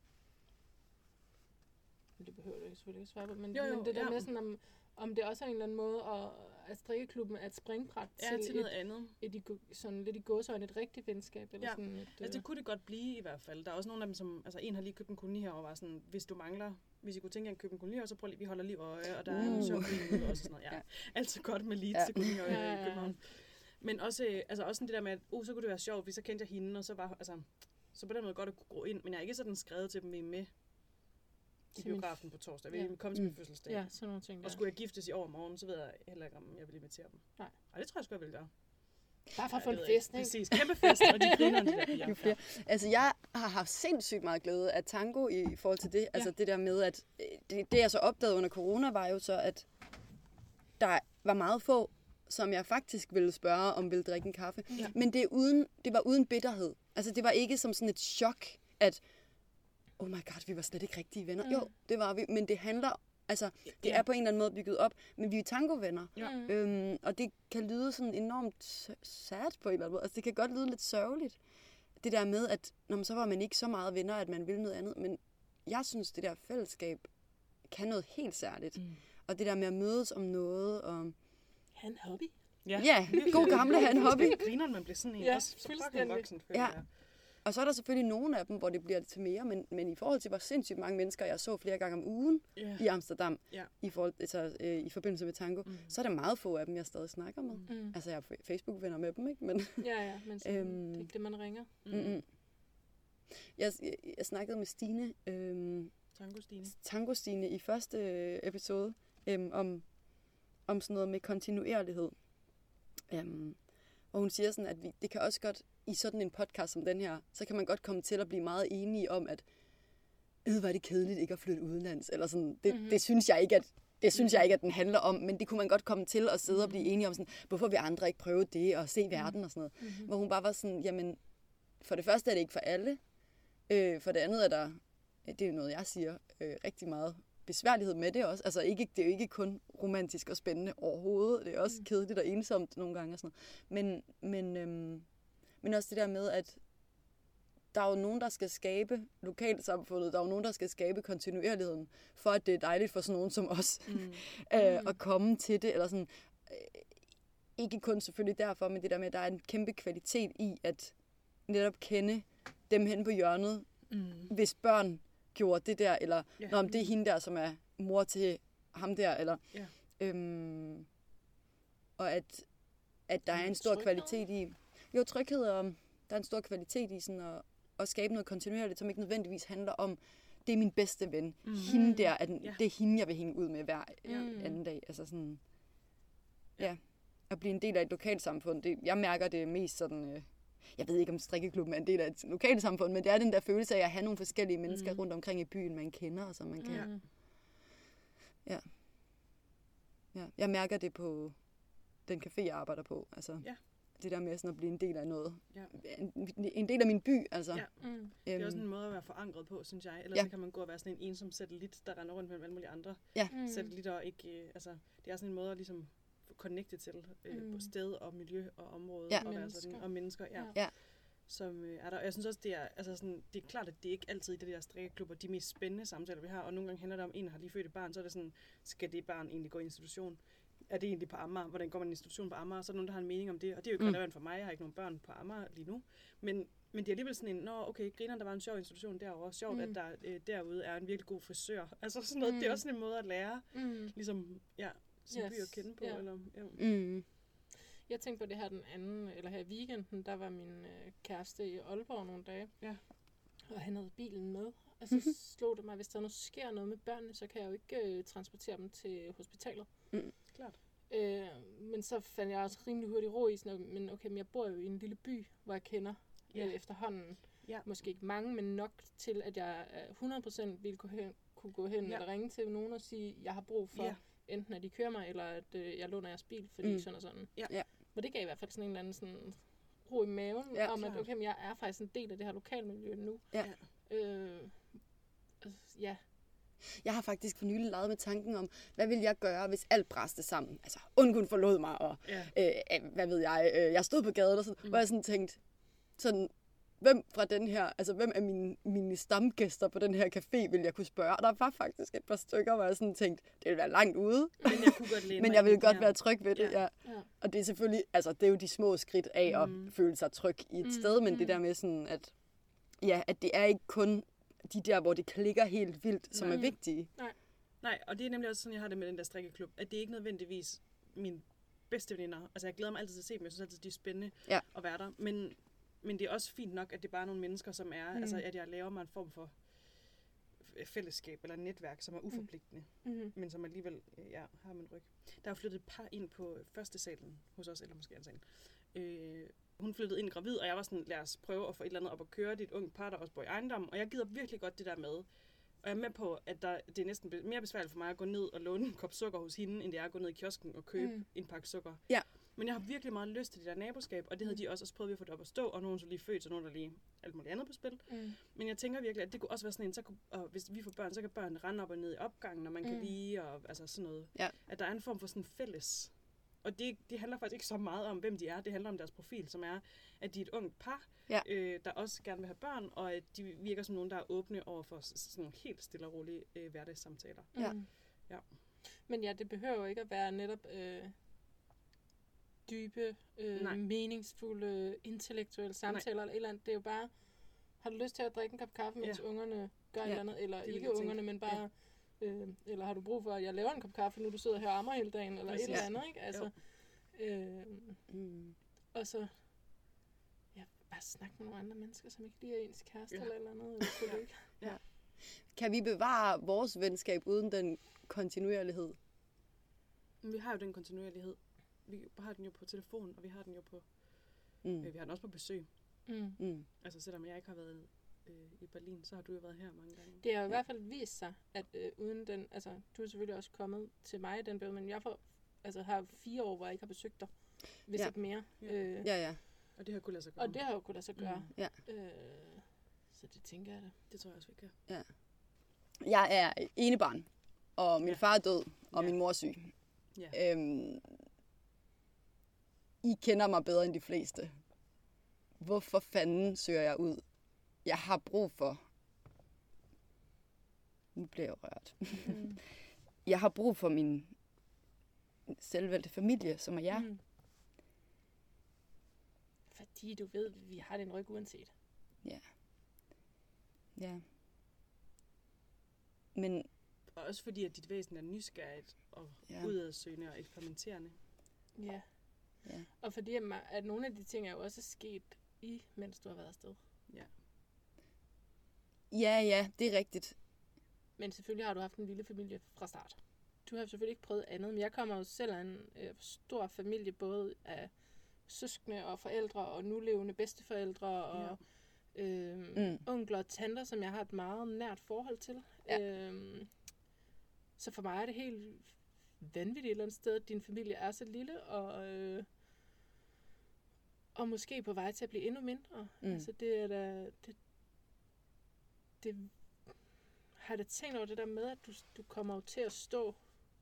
Det behøver du selvfølgelig ikke svare på, men det der med sådan, om det også er en eller anden måde, at strikkeklubben er et springbræt til noget andet. Sådan lidt i gåseøjne et rigtigt venskab. Eller sådan et, altså det kunne det godt blive i hvert fald. Der er også nogle af dem, som, altså en har lige købt en koloni her, og var sådan, hvis I kunne tænke jer at købe en koloni her, så prøv lige, vi holder lige øje, og der er en sjov koloni og sådan noget. Ja, altid godt med leads til kolonier i København. Men også, også sådan det der med, at så kunne det være sjovt, hvis så kendte jeg hende, og så var, så på den måde godt at kunne gå ind, men jeg er ikke sådan skrevet til dem, vi er med i biografen på torsdag. Vi vil komme til min fødselsdag. Ja, sådan nogle ting. Og skulle jeg giftes i overmorgen, så ved jeg heller ikke, om jeg vil invitere dem. Nej. Og det tror jeg sgu, jeg vil gøre. Bare for at få en fest, ikke? Præcis, kæmpe fest, og de griner de der piger. Altså, jeg har haft sindssygt meget glæde af tango i forhold til det. Altså, det der med, at det jeg så opdagede under corona, var jo så, at der var meget få, som jeg faktisk ville spørge, om ville drikke en kaffe. Ja. Men det var uden bitterhed. Altså, det var ikke som sådan et chok, at oh my god, vi var slet ikke rigtige venner. Jo, det var vi, men det handler, altså, det er på en eller anden måde bygget op, men vi er tangovenner. Ja. Og det kan lyde sådan enormt sad på en eller anden måde. Altså, det kan godt lyde lidt sørgeligt. Det der med, at så var man ikke så meget venner, at man ville noget andet, men jeg synes, det der fællesskab kan noget helt særligt. Og det der med at mødes om noget, og have en hobby. Ja, god gamle have en hobby. Griner, man bliver sådan en også så fucking voksen, føler jeg. Og så er der selvfølgelig nogle af dem, hvor det bliver til mere, men i forhold til, hvor sindssygt mange mennesker, jeg så flere gange om ugen i Amsterdam, i forbindelse med tango, så er der meget få af dem, jeg stadig snakker med. Altså, jeg er Facebook-venner med dem, ikke? Men, men det er ikke det, man ringer. Jeg snakkede med Stine, Tango Stine i første episode, om sådan noget med kontinuerlighed. Og hun siger sådan, at det kan også godt, i sådan en podcast som den her, så kan man godt komme til at blive meget enige om, at var det kedeligt ikke at flytte udenlands, eller sådan. Det synes jeg ikke, at den handler om, men det kunne man godt komme til at sidde og blive enige om, sådan, hvorfor vil andre ikke prøve det, og se verden og sådan noget. Hvor hun bare var sådan, jamen, for det første er det ikke for alle, for det andet er der, det er jo noget, jeg siger, rigtig meget besværlighed med det også. Altså det er jo ikke kun romantisk og spændende overhovedet, det er også kedeligt og ensomt nogle gange og sådan noget. Men også det der med, at der er jo nogen, der skal skabe lokalsamfundet, der er jo nogen, der skal skabe kontinuerligheden, for at det er dejligt for sådan nogen som os at komme til det. Eller sådan, ikke kun selvfølgelig derfor, men det der med, at der er en kæmpe kvalitet i at netop kende dem hen på hjørnet, hvis børn gjorde det der, eller om det er hende der, som er mor til ham der, eller og at der er en stor kvalitet i tryghed, og der er en stor kvalitet i sådan at skabe noget kontinuerligt, som ikke nødvendigvis handler om, det er min bedste ven. Hende der, det er hende, jeg vil hænge ud med hver anden dag. Altså sådan, at blive en del af et lokalsamfund. Jeg mærker det mest sådan, jeg ved ikke, om strikkeklubben er en del af et lokalsamfund, men det er den der følelse af at have nogle forskellige mennesker rundt omkring i byen, man kender, og som man kan. Ja. Jeg mærker det på den café, jeg arbejder på. Altså, det der med sådan at blive en del af noget. Ja. En del af min by, altså. Ja. Det er også en måde at være forankret på, synes jeg. Ellers så kan man gå og være sådan en ensom satellit, der render rundt med alle mulige andre satellitter. Og ikke, altså, det er sådan en måde at ligesom connecte til på sted og miljø og område og være sådan, og mennesker. Ja. Som er der. Og jeg synes også, det er, altså sådan, det er klart, at det er ikke altid i de der strikkeklubber de mest spændende samtaler, vi har. Og nogle gange handler det om, en har lige født et barn, så er det sådan, skal det barn egentlig gå i institution? Er det egentlig på Amager? Hvordan går man i institution på Amager? Så er der nogen, der har en mening om det. Og det er jo ikke relevant for mig. Jeg har ikke nogen børn på Amager lige nu. Men det er alligevel sådan en, okay, griner, der var en sjov institution derovre. Sjovt, at der derude er en virkelig god frisør. Altså sådan noget. Det er også sådan en måde at lære, ligesom, sin by at kende på. Eller, Jeg tænkte på det her her i weekenden, der var min kæreste i Aalborg nogle dage. Ja. Og han havde bilen med. Og så slog det mig, hvis der nu sker noget med børnene, så kan jeg jo ikke transportere dem til hospitalet. Klart. Men så fandt jeg også rimelig hurtigt ro i sådan, men jeg bor jo i en lille by, hvor jeg kender efterhånden. Ja. Måske ikke mange, men nok til, at jeg 100% ville kunne gå hen eller ringe til nogen og sige, at jeg har brug for enten at de kører mig, eller at jeg låner jeres bil, fordi sådan og sådan. Ja. Men det gav i hvert fald sådan en eller anden sådan ro i maven, om at okay, jeg er faktisk en del af det her lokalmiljø nu. Ja. Jeg har faktisk for nylig leget med tanken om, hvad vil jeg gøre, hvis alt bræste sammen? Altså, undgåen forlod mig, og hvad ved jeg stod på gaden, og sådan, hvor jeg sådan tænkte, sådan, hvem fra den her, altså hvem af mine stamgæster på den her café vil jeg kunne spørge? Og der var faktisk et par stykker, hvor jeg sådan tænkte, det ville være langt ude, men jeg ville godt være tryg ved det. Ja. Og det er selvfølgelig, altså det er jo de små skridt af at føle sig tryg i et sted, men det der med sådan, at det er ikke kun de der, hvor det klikker helt vildt, som er vigtige. Nej, og det er nemlig også sådan, jeg har det med den der strikkeklub, at det er ikke nødvendigvis mine bedste veninder. Altså jeg glæder mig altid til at se dem, jeg synes altid, de er spændende at være der. Men det er også fint nok, at det er bare nogle mennesker, som er, altså at jeg laver mig en form for fællesskab eller netværk, som er uforpligtende, men som alligevel har min ryg. Der er flyttet et par ind på første salen hos os, eller måske anden salen. Hun flyttede ind gravid, og jeg var sådan, lad os prøve at få et eller andet op at køre. Det er et ungt par, der også bor i ejendommen, og jeg gider virkelig godt det der med. Og jeg er med på, at det er næsten mere besværligt for mig at gå ned og låne en kop sukker hos hende, end det er at gå ned i kiosken og købe en pakke sukker. Ja. Men jeg har virkelig meget lyst til det der naboskab, og det havde de også prøvet at få det op at stå, og nogen så lige født, så nogen der lige alt muligt andet på spil. Men jeg tænker virkelig, at det kunne også være sådan en, og hvis vi får børn, så kan børnene rende op og ned i opgangen, og man kan lige, og altså sådan noget. Ja. At der er en form for sådan fælles. Og det handler faktisk ikke så meget om, hvem de er. Det handler om deres profil, som er, at de er et ungt par, der også gerne vil have børn, og at de virker som nogen, der er åbne over for sådan helt stille og rolige hverdagssamtaler. Ja. Men det behøver jo ikke at være netop dybe, meningsfulde, intellektuelle samtaler eller et eller andet. Det er jo bare, har du lyst til at drikke en kop kaffe, mens ungerne gør et eller andet, eller ikke ungerne, men bare... eller har du brug for, at jeg laver en kop kaffe, nu du sidder her og ammer hele dagen, eller et eller andet, ikke? Altså, og så bare snakke med nogle andre mennesker, som ikke lige er ens kæreste eller andet, eller kollega. Ja. Kan vi bevare vores venskab uden den kontinuerlighed? Men vi har jo den kontinuerlighed. Vi har den jo på telefon, og vi har den jo på... vi har den også på besøg. Altså selvom jeg ikke har været i Berlin, så har du jo været her mange gange. Det har i hvert fald vist sig, at uden den... Altså, du er selvfølgelig også kommet til mig i den periode, men jeg har 4 år, hvor jeg ikke har besøgt dig. Hvis ikke mere. Ja. Og det har kunnet lade sig gøre. Og det har jo kunnet lade sig gøre. Ja. Så det tænker jeg da. Det tror jeg også, vi kan. Ja. Jeg er enebarn, og min far er død, og min mor er syg. Ja. I kender mig bedre end de fleste. Hvorfor fanden søger jeg ud? Jeg har brug for... Nu bliver jeg rørt. Jeg har brug for min selvvalgte familie, som er jer. Fordi du ved, vi har den ryg uanset. Ja. Men... Og også fordi, at dit væsen er nysgerrigt og udadsøgende og eksperimenterende. Ja. Og fordi at nogle af de ting er jo også sket mens du har været afsted. Ja, det er rigtigt. Men selvfølgelig har du haft en lille familie fra start. Du har selvfølgelig ikke prøvet andet, men jeg kommer jo selv af en stor familie, både af søskende og forældre og nulevende bedsteforældre og onkler og tanter, som jeg har et meget nært forhold til. Ja. Så for mig er det helt vanvittigt et eller andet sted, at din familie er så lille og måske på vej til at blive endnu mindre. Altså det er da... Det har jeg tænkt over det der med, at du kommer jo til at stå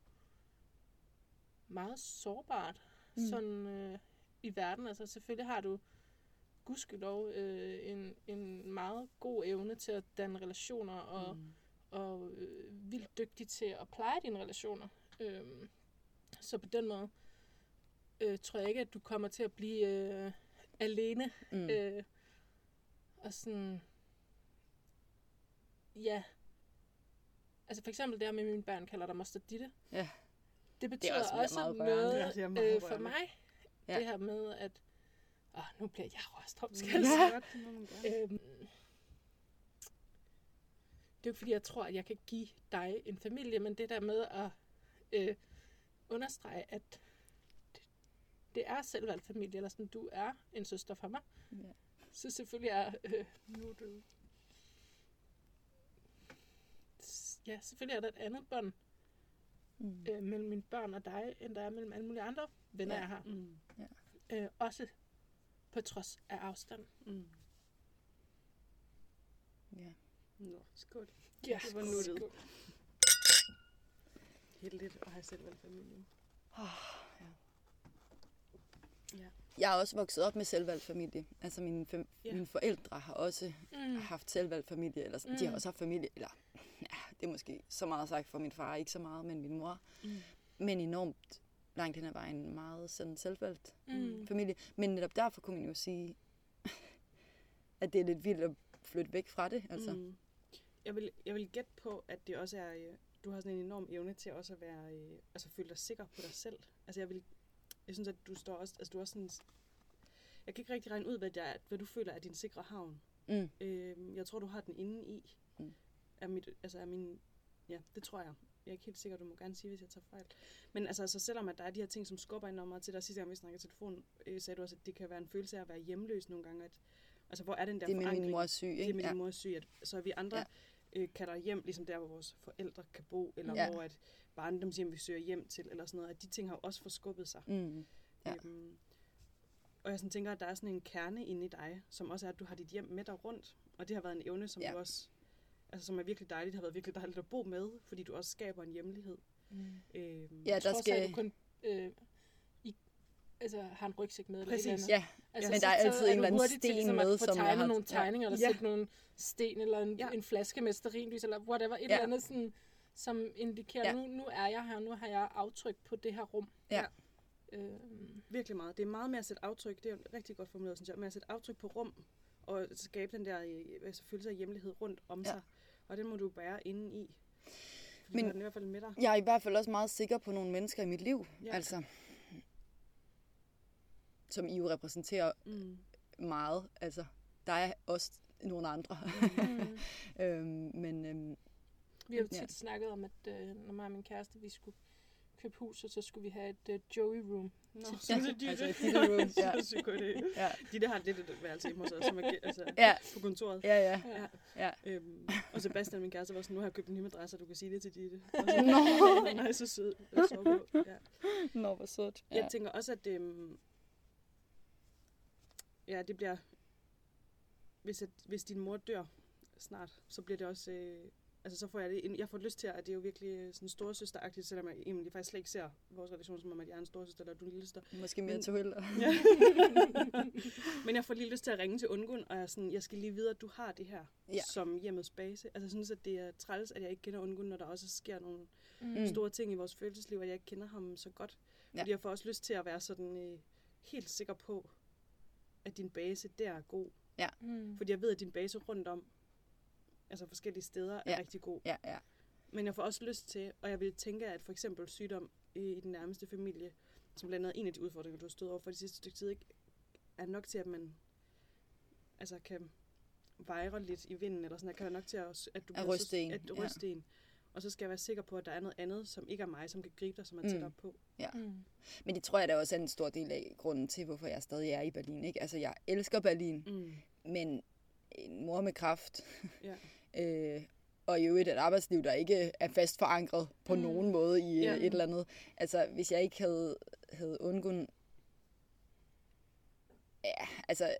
meget sårbart sådan i verden. Altså selvfølgelig har du gudskelov en meget god evne til at danne relationer og vildt dygtig til at pleje dine relationer. Så på den måde tror jeg ikke, at du kommer til at blive alene. Og sådan... Ja. Altså for eksempel det her med, mine børn kalder dig Moster Ditte. Ja. Det betyder det er også noget for mig. Ja. Det her med, at... nu bliver jeg røstrøm, skal jeg sige. Det er jo fordi, jeg tror, at jeg kan give dig en familie, men det der med at understrege, at det er selvvalgt familie, eller sådan, du er en søster for mig. Ja. Så selvfølgelig er selvfølgelig er der et andet bånd mellem mine børn og dig, end der er mellem alle mulige andre venner, jeg har. Også på trods af afstand. Ja. Nå, skål. Ja, det var nuttet. Heldigt at have selvvalgt familie. Jeg er også vokset op med selvvalgt familie. Altså mine forældre har også haft selvvalgt familie. Eller de har også haft familie. Eller det er måske så meget sagt for min far, ikke så meget, men min mor. Men enormt langt hen ad vejen meget sådan selvvalgt familie. Men netop derfor kunne man jo sige, at det er lidt vildt at flytte væk fra det. Altså. Jeg vil gætte på, at det også er, du har sådan en enorm evne til også at være, altså føle dig sikker på dig selv. Altså jeg synes, at du står også, altså du er også sådan, jeg kan ikke rigtig regne ud, hvad du føler er din sikre havn. Jeg tror, du har den inde i. Det tror jeg. Jeg er ikke helt sikker, du må gerne sige, hvis jeg tager fejl. Men altså selvom at der er de her ting, som skubber enormt meget til dig, sidste gang vi snakkede telefon, sagde du også, at det kan være en følelse af at være hjemløs nogle gange. Altså, hvor er den der forankring? Det er min mor er syg, ikke? Det er min mor er syg. Så er vi andre kalder hjem, ligesom der, hvor vores forældre kan bo, eller hvor at barndomshjem vi søger hjem til, eller sådan noget. At de ting har jo også forskubbet sig. Og jeg sådan tænker, at der er sådan en kerne inde i dig, som også er, at du har dit hjem med dig rundt. Og det har været en evne, som du også... Altså, som er virkelig dejligt. Det har været virkelig dejligt at bo med, fordi du også skaber en hjemlighed. Der skal... Du kun har en rygsæk med. Præcis. Eller ja. Altså, men der er altid en eller anden sten med, som jeg har... nogle tegninger, eller sætte nogle sten, eller en flaske med stearinlys, eller whatever. Et eller andet, sådan, som indikerer, nu er jeg her, nu har jeg aftryk på det her rum. Ja. Virkelig meget. Det er meget med at sætte aftryk. Det er jo rigtig godt formuleret, synes jeg. Med at sætte aftryk på rum, og skabe den der følelse af hjemlighed rundt om sig. Og den må du bære inde i. Men den i hvert fald med dig. Jeg er i hvert fald også meget sikker på nogle mennesker i mit liv. Altså, som I jo repræsenterer meget. Altså, der er også nogle andre. Men vi har jo tit snakket om, at når mig og min kæreste, vi skulle købe hus, og så skulle vi have et Joey room. Altså et lille room. Ja. De der har lidt et værelse hjemme hos os, som er på kontoret. Ja. Og Sebastian, min kæreste, var sådan, nu har jeg købt en ny madras, og du kan sige det til Ditte. Nå. Nej, så sød. Jeg så på. Ja. Nå, hvor sødt. Jeg tænker også, at det bliver... Hvis din mor dør snart, så bliver det også... så får jeg lyst til, at det er jo virkelig sådan storesøsteragtigt, selvom jeg egentlig faktisk slet ikke ser vores relation som om, at jeg er en storesøster eller du er en lillesøster. Måske mere til Hulda. Ja. Men jeg får lige lyst til at ringe til Ungun, og jeg skal lige vide, at du har det her som hjemmets base. Altså jeg synes, at det er træls, at jeg ikke kender Ungun, når der også sker nogle store ting i vores følelsesliv, og jeg ikke kender ham så godt. Fordi jeg får også lyst til at være sådan helt sikker på, at din base der er god. Ja. Fordi jeg ved, at din base rundt om, altså forskellige steder, er rigtig god. Ja. Men jeg får også lyst til, og jeg vil tænke, at for eksempel sygdom i den nærmeste familie, som blandt andet en af de udfordringer, du har stået over for de sidste stykke tid, ikke, er nok til, at man kan vejre lidt i vinden, eller sådan, at kan være nok til, at du bliver ryste en. Og så skal jeg være sikker på, at der er noget andet, som ikke er mig, som kan gribe dig, som er tæt op på. Ja. Men det tror jeg da også er en stor del af grunden til, hvorfor jeg stadig er i Berlin. Ikke? Altså, jeg elsker Berlin, men en mor med kræft, og i øvrigt et arbejdsliv, der ikke er fast forankret på nogen måde i et eller andet. Altså, hvis jeg ikke havde Ungun... Ja, altså,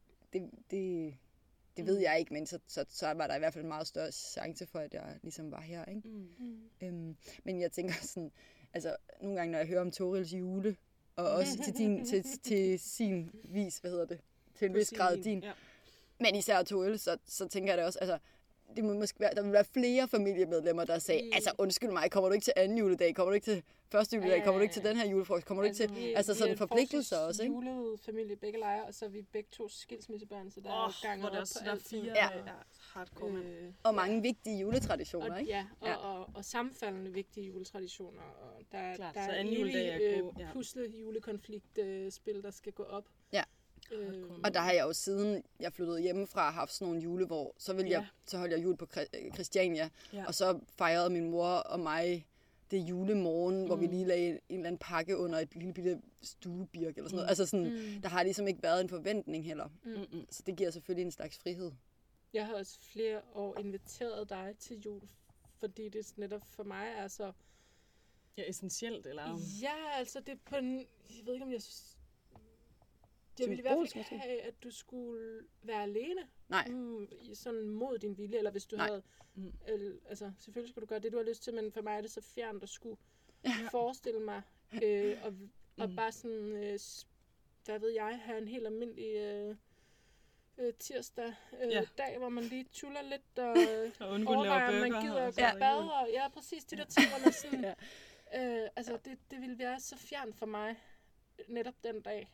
det ved jeg ikke, men så var der i hvert fald en meget større chance for, at jeg ligesom var her, ikke? Men jeg tænker sådan, altså, nogle gange, når jeg hører om Torils jule, og også til sin vis, til en vis grad din, men især Toril, så tænker jeg da også, altså, det må måske være, der vil være flere familiemedlemmer, der sagde, altså undskyld mig, kommer du ikke til anden juledag, kommer du ikke til første juledag, kommer du ikke til den her julefrokost, kommer du ikke til, altså sådan forpligtelser også, ikke? Vi er julet familie begge lejre, og så er vi begge to skilsmissebørn, så der er gang op på alting. Hardcore. Og mange vigtige juletraditioner, ikke? Og sammenfaldende vigtige juletraditioner, og der er en evig pusle-julekonflikt-spil, der skal gå op. Ja. Og der har jeg jo siden jeg flyttede hjemmefra haft sådan nogle jule, hvor så holdt jeg jul på Christiania, og så fejrede min mor og mig det julemorgen, hvor vi lige lagde en eller anden pakke under et lille bitte stuebirk eller sådan noget. Altså sådan, der har ligesom ikke været en forventning heller. Så det giver selvfølgelig en slags frihed. Jeg har også flere år inviteret dig til jul, fordi det netop for mig er så... Ja, essentielt, eller? Ja, altså det er på en... Jeg ved ikke, om jeg synes... Jeg ville i hvert fald ikke have, at du skulle være alene. Nej. Sådan mod din vilje, eller hvis du havde... altså, selvfølgelig skulle du gøre det, du har lyst til, men for mig er det så fjernt at skulle forestille mig, og bare sådan, hvad ved jeg, have en helt almindelig tirsdag dag, hvor man lige tuller lidt, og overvejer, om man gider at gå i bad, og præcis de der ting, hvor man sådan... altså, det ville være så fjernt for mig, netop den dag.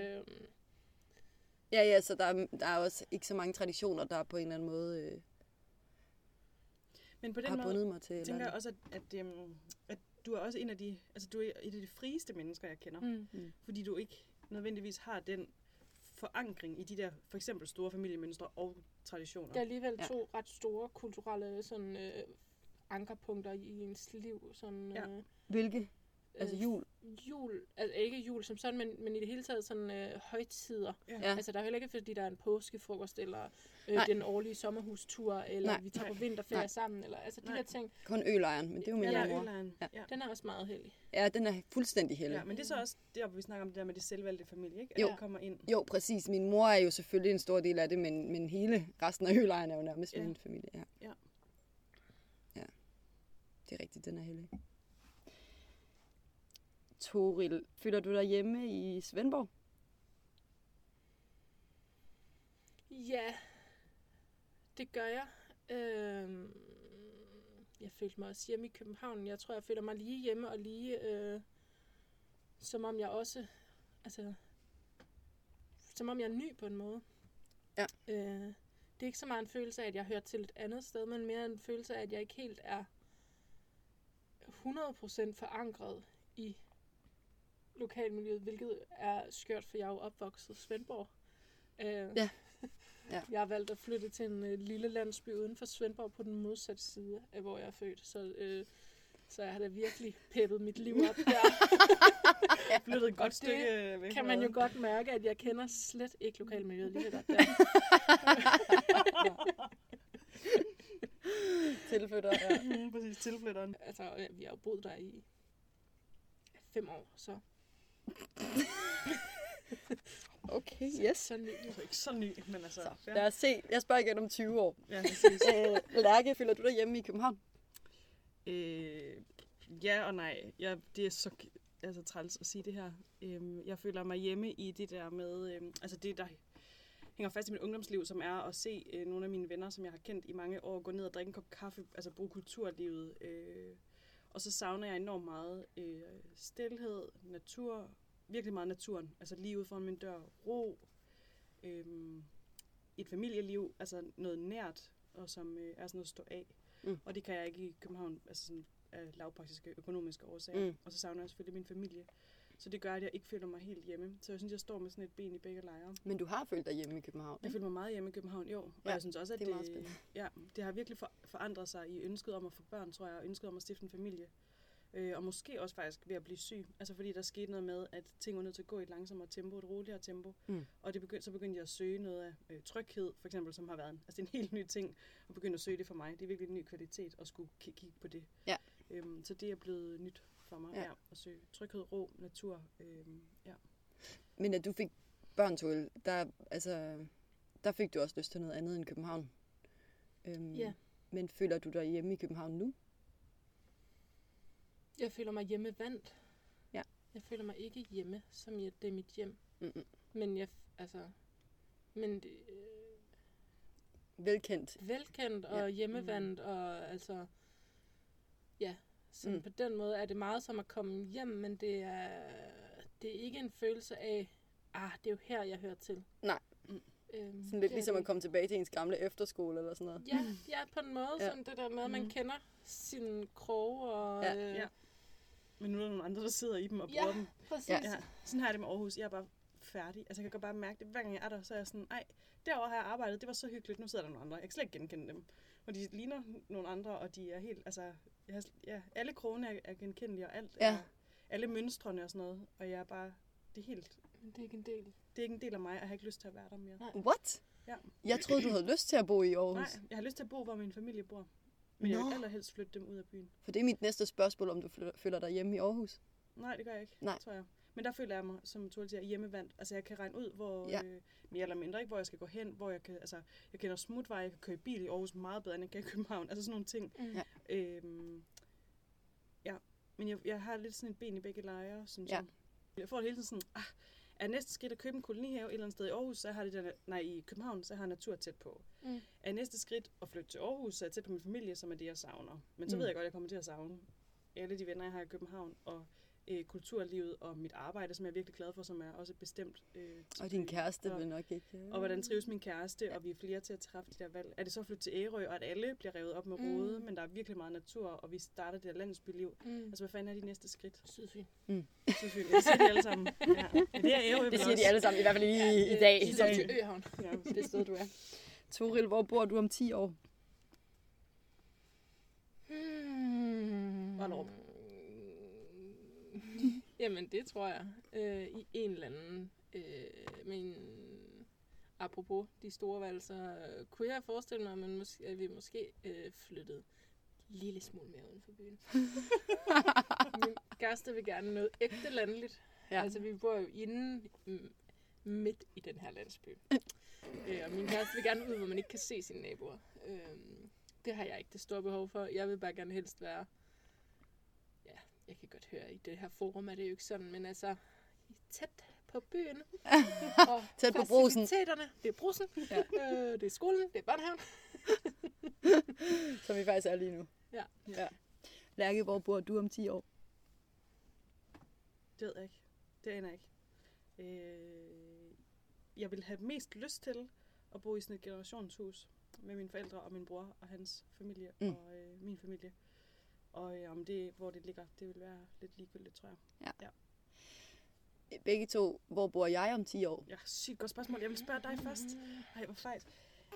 Ja, så der er også ikke så mange traditioner, der på en eller anden måde men på den har bundet mig til. Tænker jeg også, at du er også en af de, altså du er et af de frieste mennesker, jeg kender. Fordi du ikke nødvendigvis har den forankring i de der, for eksempel store familiemønstre og traditioner. Der er alligevel to ret store kulturelle sådan, ankerpunkter i ens liv. Sådan, Hvilke? Altså jul? Altså ikke jul som sådan, men i det hele taget sådan højtider. Altså der er heller ikke, fordi der er en påskefrokost, eller den årlige sommerhustur, eller vi tager på vinterferie sammen, eller altså de der ting. Kun ølejren, men det er jo mere mor. Den er også meget heldig. Ja, den er fuldstændig heldig. Ja, men det er så også der, hvor vi snakker om det der med det selvvalgte familie, ikke? Jo. Kommer ind. Jo, præcis. Min mor er jo selvfølgelig en stor del af det, men hele resten af ølejren er jo nærmest min familie. Ja. Det er rigtigt, den er heldig. Toril, føler du dig hjemme i Svendborg? Ja, det gør jeg. Jeg følte mig også hjemme i København. Jeg tror, jeg føler mig lige hjemme og lige, som om jeg også, altså, som om jeg er ny på en måde. Ja. Det er ikke så meget en følelse af, at jeg hører til et andet sted, men mere en følelse af, at jeg ikke helt er 100% forankret i lokalmiljøet, hvilket er skørt, for jeg er jo opvokset i Svendborg. Ja. Jeg har valgt at flytte til en lille landsby uden for Svendborg på den modsatte side af, hvor jeg er født. Så jeg har da virkelig peppet mit liv op der. Flyttet et godt stykke væk. Kan man jo godt mærke, at jeg kender slet ikke lokalmiljøet lige godt der. Tilflytter, ja. Præcis, tilflytteren. Altså, vi har jo boet der i 5 år, så... Okay, yes. Så ny. Det er ikke så ny, men altså... Så, lad os se. Jeg spørger igen om 20 år. Ja, præcis. Lærke, føler du dig hjemme i København? Ja og nej. Det er så træls at sige det her. Jeg føler mig hjemme i det der med... altså det, der hænger fast i mit ungdomsliv, som er at se nogle af mine venner, som jeg har kendt i mange år, gå ned og drikke en kop kaffe, altså bruge kulturlivet. Og så savner jeg enormt meget stilhed, natur, virkelig meget naturen. Altså lige ude foran min dør, ro, et familieliv, altså noget nært, og som er sådan noget at stå af. Og det kan jeg ikke i København, altså sådan af lavpraktiske økonomiske årsager. Og så savner jeg selvfølgelig min familie. Så det gør, at jeg ikke føler mig helt hjemme. Så jeg synes, jeg står med sådan et ben i begge lejre. Men du har følt dig hjemme i København, ikke? Jeg føler mig meget hjemme i København, jo. Og jeg synes også, at det har virkelig forandret sig i ønsket om at få børn, tror jeg, og ønsket om at stifte en familie. Og måske også faktisk ved at blive syg. Altså fordi der skete noget med, at ting var nødt til at gå i et langsommere tempo, et roligere tempo. Og så begyndte jeg at søge noget af tryghed, for eksempel, som har været en helt ny ting, og begynde at søge det for mig. Det er virkelig en ny kvalitet at skulle kigge på det. Ja. Så det er blevet nyt for mig, at søge tryghed, ro, natur. Men at du fik børn, Tuel, der fik du også lyst til noget andet end København. Ja. Men føler du dig hjemme i København nu? Jeg føler mig hjemmevandt. Ja. Jeg føler mig ikke hjemme, som det er mit hjem. Mm-mm. Men velkendt og hjemmevandt, og altså, ja, så på den måde er det meget som at komme hjem, men det er ikke en følelse af, det er jo her, jeg hører til. Nej. Sådan lidt ligesom at komme tilbage til ens gamle efterskole eller sådan noget. Ja, på en måde, sådan det der med, at man kender sine kroge og... Men nu er der nogle andre, der sidder i dem og bruger dem. Præcis. Ja. Sådan her er det med Aarhus. Jeg er bare færdig. Altså jeg kan bare mærke det, hver gang jeg er der, så er jeg sådan, derovre har jeg arbejdet, det var så hyggeligt, nu sidder der nogle andre. Jeg kan slet ikke genkende dem. Og de ligner nogle andre, og de er helt, altså, alle krogene er genkendelige, og alt er, alle mønstrene og sådan noget. Og jeg er bare, det er helt... Men det er ikke en del. Det er ikke en del af mig, og jeg har ikke lyst til at være der mere. Nej. What? Ja. Jeg troede, du havde lyst til at bo i Aarhus. Nej, jeg har lyst til at bo, hvor min familie bor. Men jeg vil allerhelst flytte dem ud af byen. For det er mit næste spørgsmål, om du føler dig hjemme i Aarhus. Nej, det gør jeg ikke, tror jeg. Men der føler jeg mig, som Tuel siger, hjemmevandt. Altså jeg kan regne ud, hvor mere eller mindre, ikke, hvor jeg skal gå hen, hvor jeg kan, altså jeg kender smutveje, jeg kan køre i bil i Aarhus meget bedre, end jeg kan i København. Altså sådan nogle ting. Men jeg har lidt sådan et ben i begge lejre, synes jeg. Jeg får det hele tiden sådan, er næste skridt at købe en kolonihave et eller andet sted i Aarhus, så har det i København, så har jeg natur tæt på. Er næste skridt at flytte til Aarhus, så er jeg tæt på min familie, som er det, jeg savner. Men så ved jeg godt, at jeg kommer til at savne alle de venner, jeg har i København, og kulturlivet og mit arbejde, som jeg er virkelig glad for, som er også bestemt. Og din kæreste vil nok ikke... Og hvordan trives min kæreste, og vi er flere til at træffe de der valg. Er det så at flytte til Ærø, og at alle bliver revet op med rode, men der er virkelig meget natur, og vi starter det der landsbyliv. Altså, hvad fanden er de næste skridt? Sydfyn. Sydfyn, det siger de alle sammen. Ja, det er Ærø. Det siger de alle sammen, i hvert fald i dag. I dag. Til Øhavn. Det sted, du er. Toril, hvor bor du om 10 år? Vollerup. Jamen, det tror jeg. I en eller anden... men apropos de store valg, så kunne jeg forestille mig, at vi måske flyttede en lille smule mere uden for byen. Min kæreste vil gerne noget ægte landligt. Ja. Altså, vi bor jo inde midt i den her landsby. Og min kæreste vil gerne ud, hvor man ikke kan se sine naboer. Det har jeg ikke det store behov for. Jeg vil bare gerne helst være... Jeg kan godt høre, i det her forum er det jo ikke sådan, men altså tæt på byen. Og tæt på Brugsen. Faciliteterne, det er Brugsen, det er skolen, det er børnehaven. Som vi faktisk er lige nu. Ja. Lærke, hvor bor du om 10 år? Det ved jeg ikke. Det aner jeg ikke. Jeg vil have mest lyst til at bo i sådan et generationshus med mine forældre og min bror og hans familie og min familie. Og om det, hvor det ligger, det vil være lidt ligegyldigt, tror jeg. Ja. begge to, hvor bor jeg om 10 år? Ja, sygt godt spørgsmål. Jeg vil spørge dig først. Ej, hvor fejt.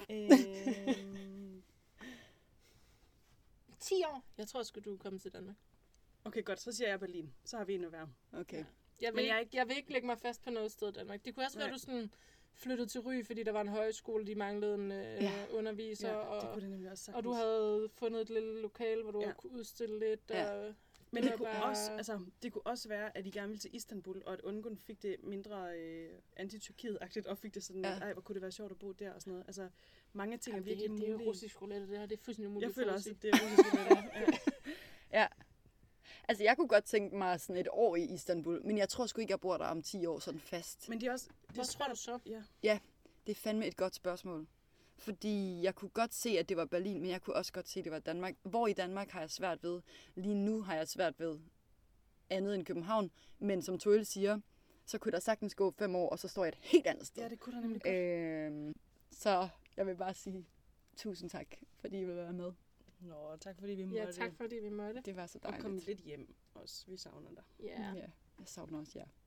10 år. Jeg tror sgu, du er kommet til Danmark. Okay, godt. Så siger jeg Berlin. Så har vi en at være. Okay. Ja. Jeg vil ikke lægge mig fast på noget sted i Danmark. Det kunne også være, du sådan flyttede til Ry, fordi der var en højskole, de manglede en underviser. Ja, det kunne det nemlig også sagtens. Og du havde fundet et lille lokale, hvor du kunne udstille lidt. Ja. Men det kunne også være, at I gerne ville til Istanbul, og at Ungarn fik det mindre anti-Tyrkiet-agtigt, og fik det sådan, at hvor kunne det være sjovt at bo der og sådan noget. Altså, mange ting er virkelig mulige. Det er jo russisk roulette, det her. Det er fuldstændig umuligt. Jeg føler også, at det er russisk roulette. Ja. Altså, jeg kunne godt tænke mig sådan et år i Istanbul, men jeg tror sgu ikke, jeg bor der om 10 år sådan fast. Men det er også... Hvor tror du så? Ja, det er fandme et godt spørgsmål. Fordi jeg kunne godt se, at det var Berlin, men jeg kunne også godt se, at det var Danmark. Hvor i Danmark har jeg svært ved? Lige nu har jeg svært ved andet end København. Men som Tuel siger, så kunne der sagtens gå 5 år, og så står jeg et helt andet sted. Ja, det kunne der nemlig godt. Så jeg vil bare sige tusind tak, fordi I vil være med. Nå, tak fordi vi måtte. Ja, tak fordi vi måtte. Det var så dejligt. Og komme lidt hjem også. Vi savner dig. Ja. Jeg savner også jer.